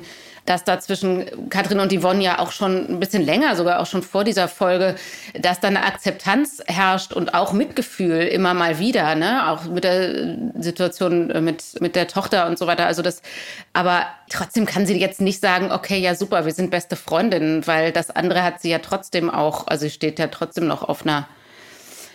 da zwischen Katrin und Yvonne ja auch schon ein bisschen länger, sogar auch schon vor dieser Folge, dass da eine Akzeptanz herrscht und auch Mitgefühl immer mal wieder, ne? Auch mit der Situation mit der Tochter und so weiter. Also aber trotzdem kann sie jetzt nicht sagen, okay, ja super, wir sind beste Freundinnen, weil das andere hat sie ja trotzdem auch, also sie steht ja trotzdem noch auf einer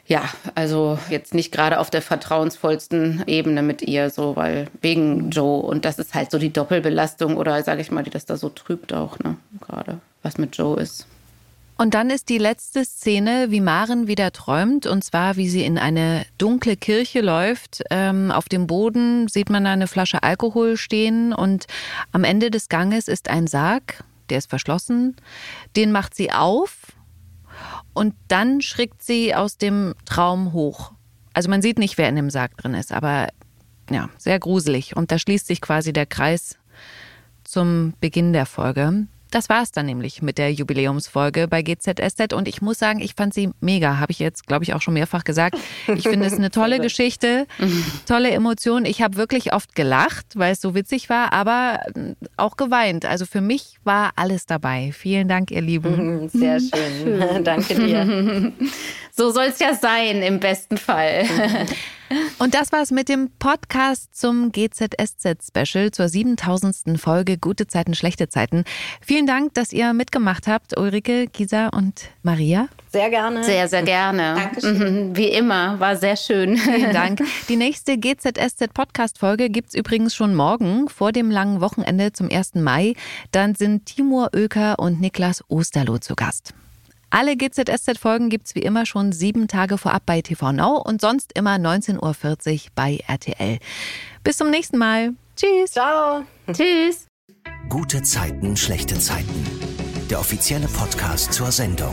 Ja, also jetzt nicht gerade auf der vertrauensvollsten Ebene mit ihr, so, weil wegen Joe. Und das ist halt so die Doppelbelastung oder sage ich mal, die das da so trübt auch, ne? Gerade was mit Joe ist. Und dann ist die letzte Szene, wie Maren wieder träumt, und zwar, wie sie in eine dunkle Kirche läuft. Auf dem Boden sieht man da eine Flasche Alkohol stehen und am Ende des Ganges ist ein Sarg, der ist verschlossen. Den macht sie auf und dann schrickt sie aus dem Traum hoch. Also man sieht nicht, wer in dem Sarg drin ist, aber ja, sehr gruselig. Und da schließt sich quasi der Kreis zum Beginn der Folge. Das war es dann nämlich mit der Jubiläumsfolge bei GZSZ und ich muss sagen, ich fand sie mega, habe ich jetzt, glaube ich, auch schon mehrfach gesagt. Ich finde es eine tolle Geschichte, tolle Emotionen. Ich habe wirklich oft gelacht, weil es so witzig war, aber auch geweint. Also für mich war alles dabei. Vielen Dank, ihr Lieben. Sehr schön. Danke dir. So soll es ja sein, im besten Fall. Und das war's mit dem Podcast zum GZSZ-Special zur 7000. Folge Gute Zeiten, schlechte Zeiten. Vielen Dank, dass ihr mitgemacht habt, Ulrike, Gisa und Maria. Sehr gerne. Sehr, sehr gerne. Dankeschön. Wie immer, war sehr schön. Vielen Dank. Die nächste GZSZ-Podcast-Folge gibt's übrigens schon morgen, vor dem langen Wochenende zum 1. Mai. Dann sind Timur Oeker und Niklas Osterloh zu Gast. Alle GZSZ-Folgen gibt's wie immer schon 7 Tage vorab bei TV Now und sonst immer 19:40 Uhr bei RTL. Bis zum nächsten Mal. Tschüss. Ciao. Tschüss. Gute Zeiten, schlechte Zeiten. Der offizielle Podcast zur Sendung.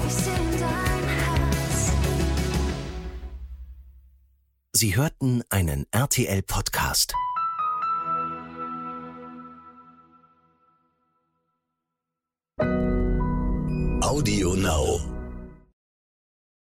Sie hörten einen RTL-Podcast. Audio Now.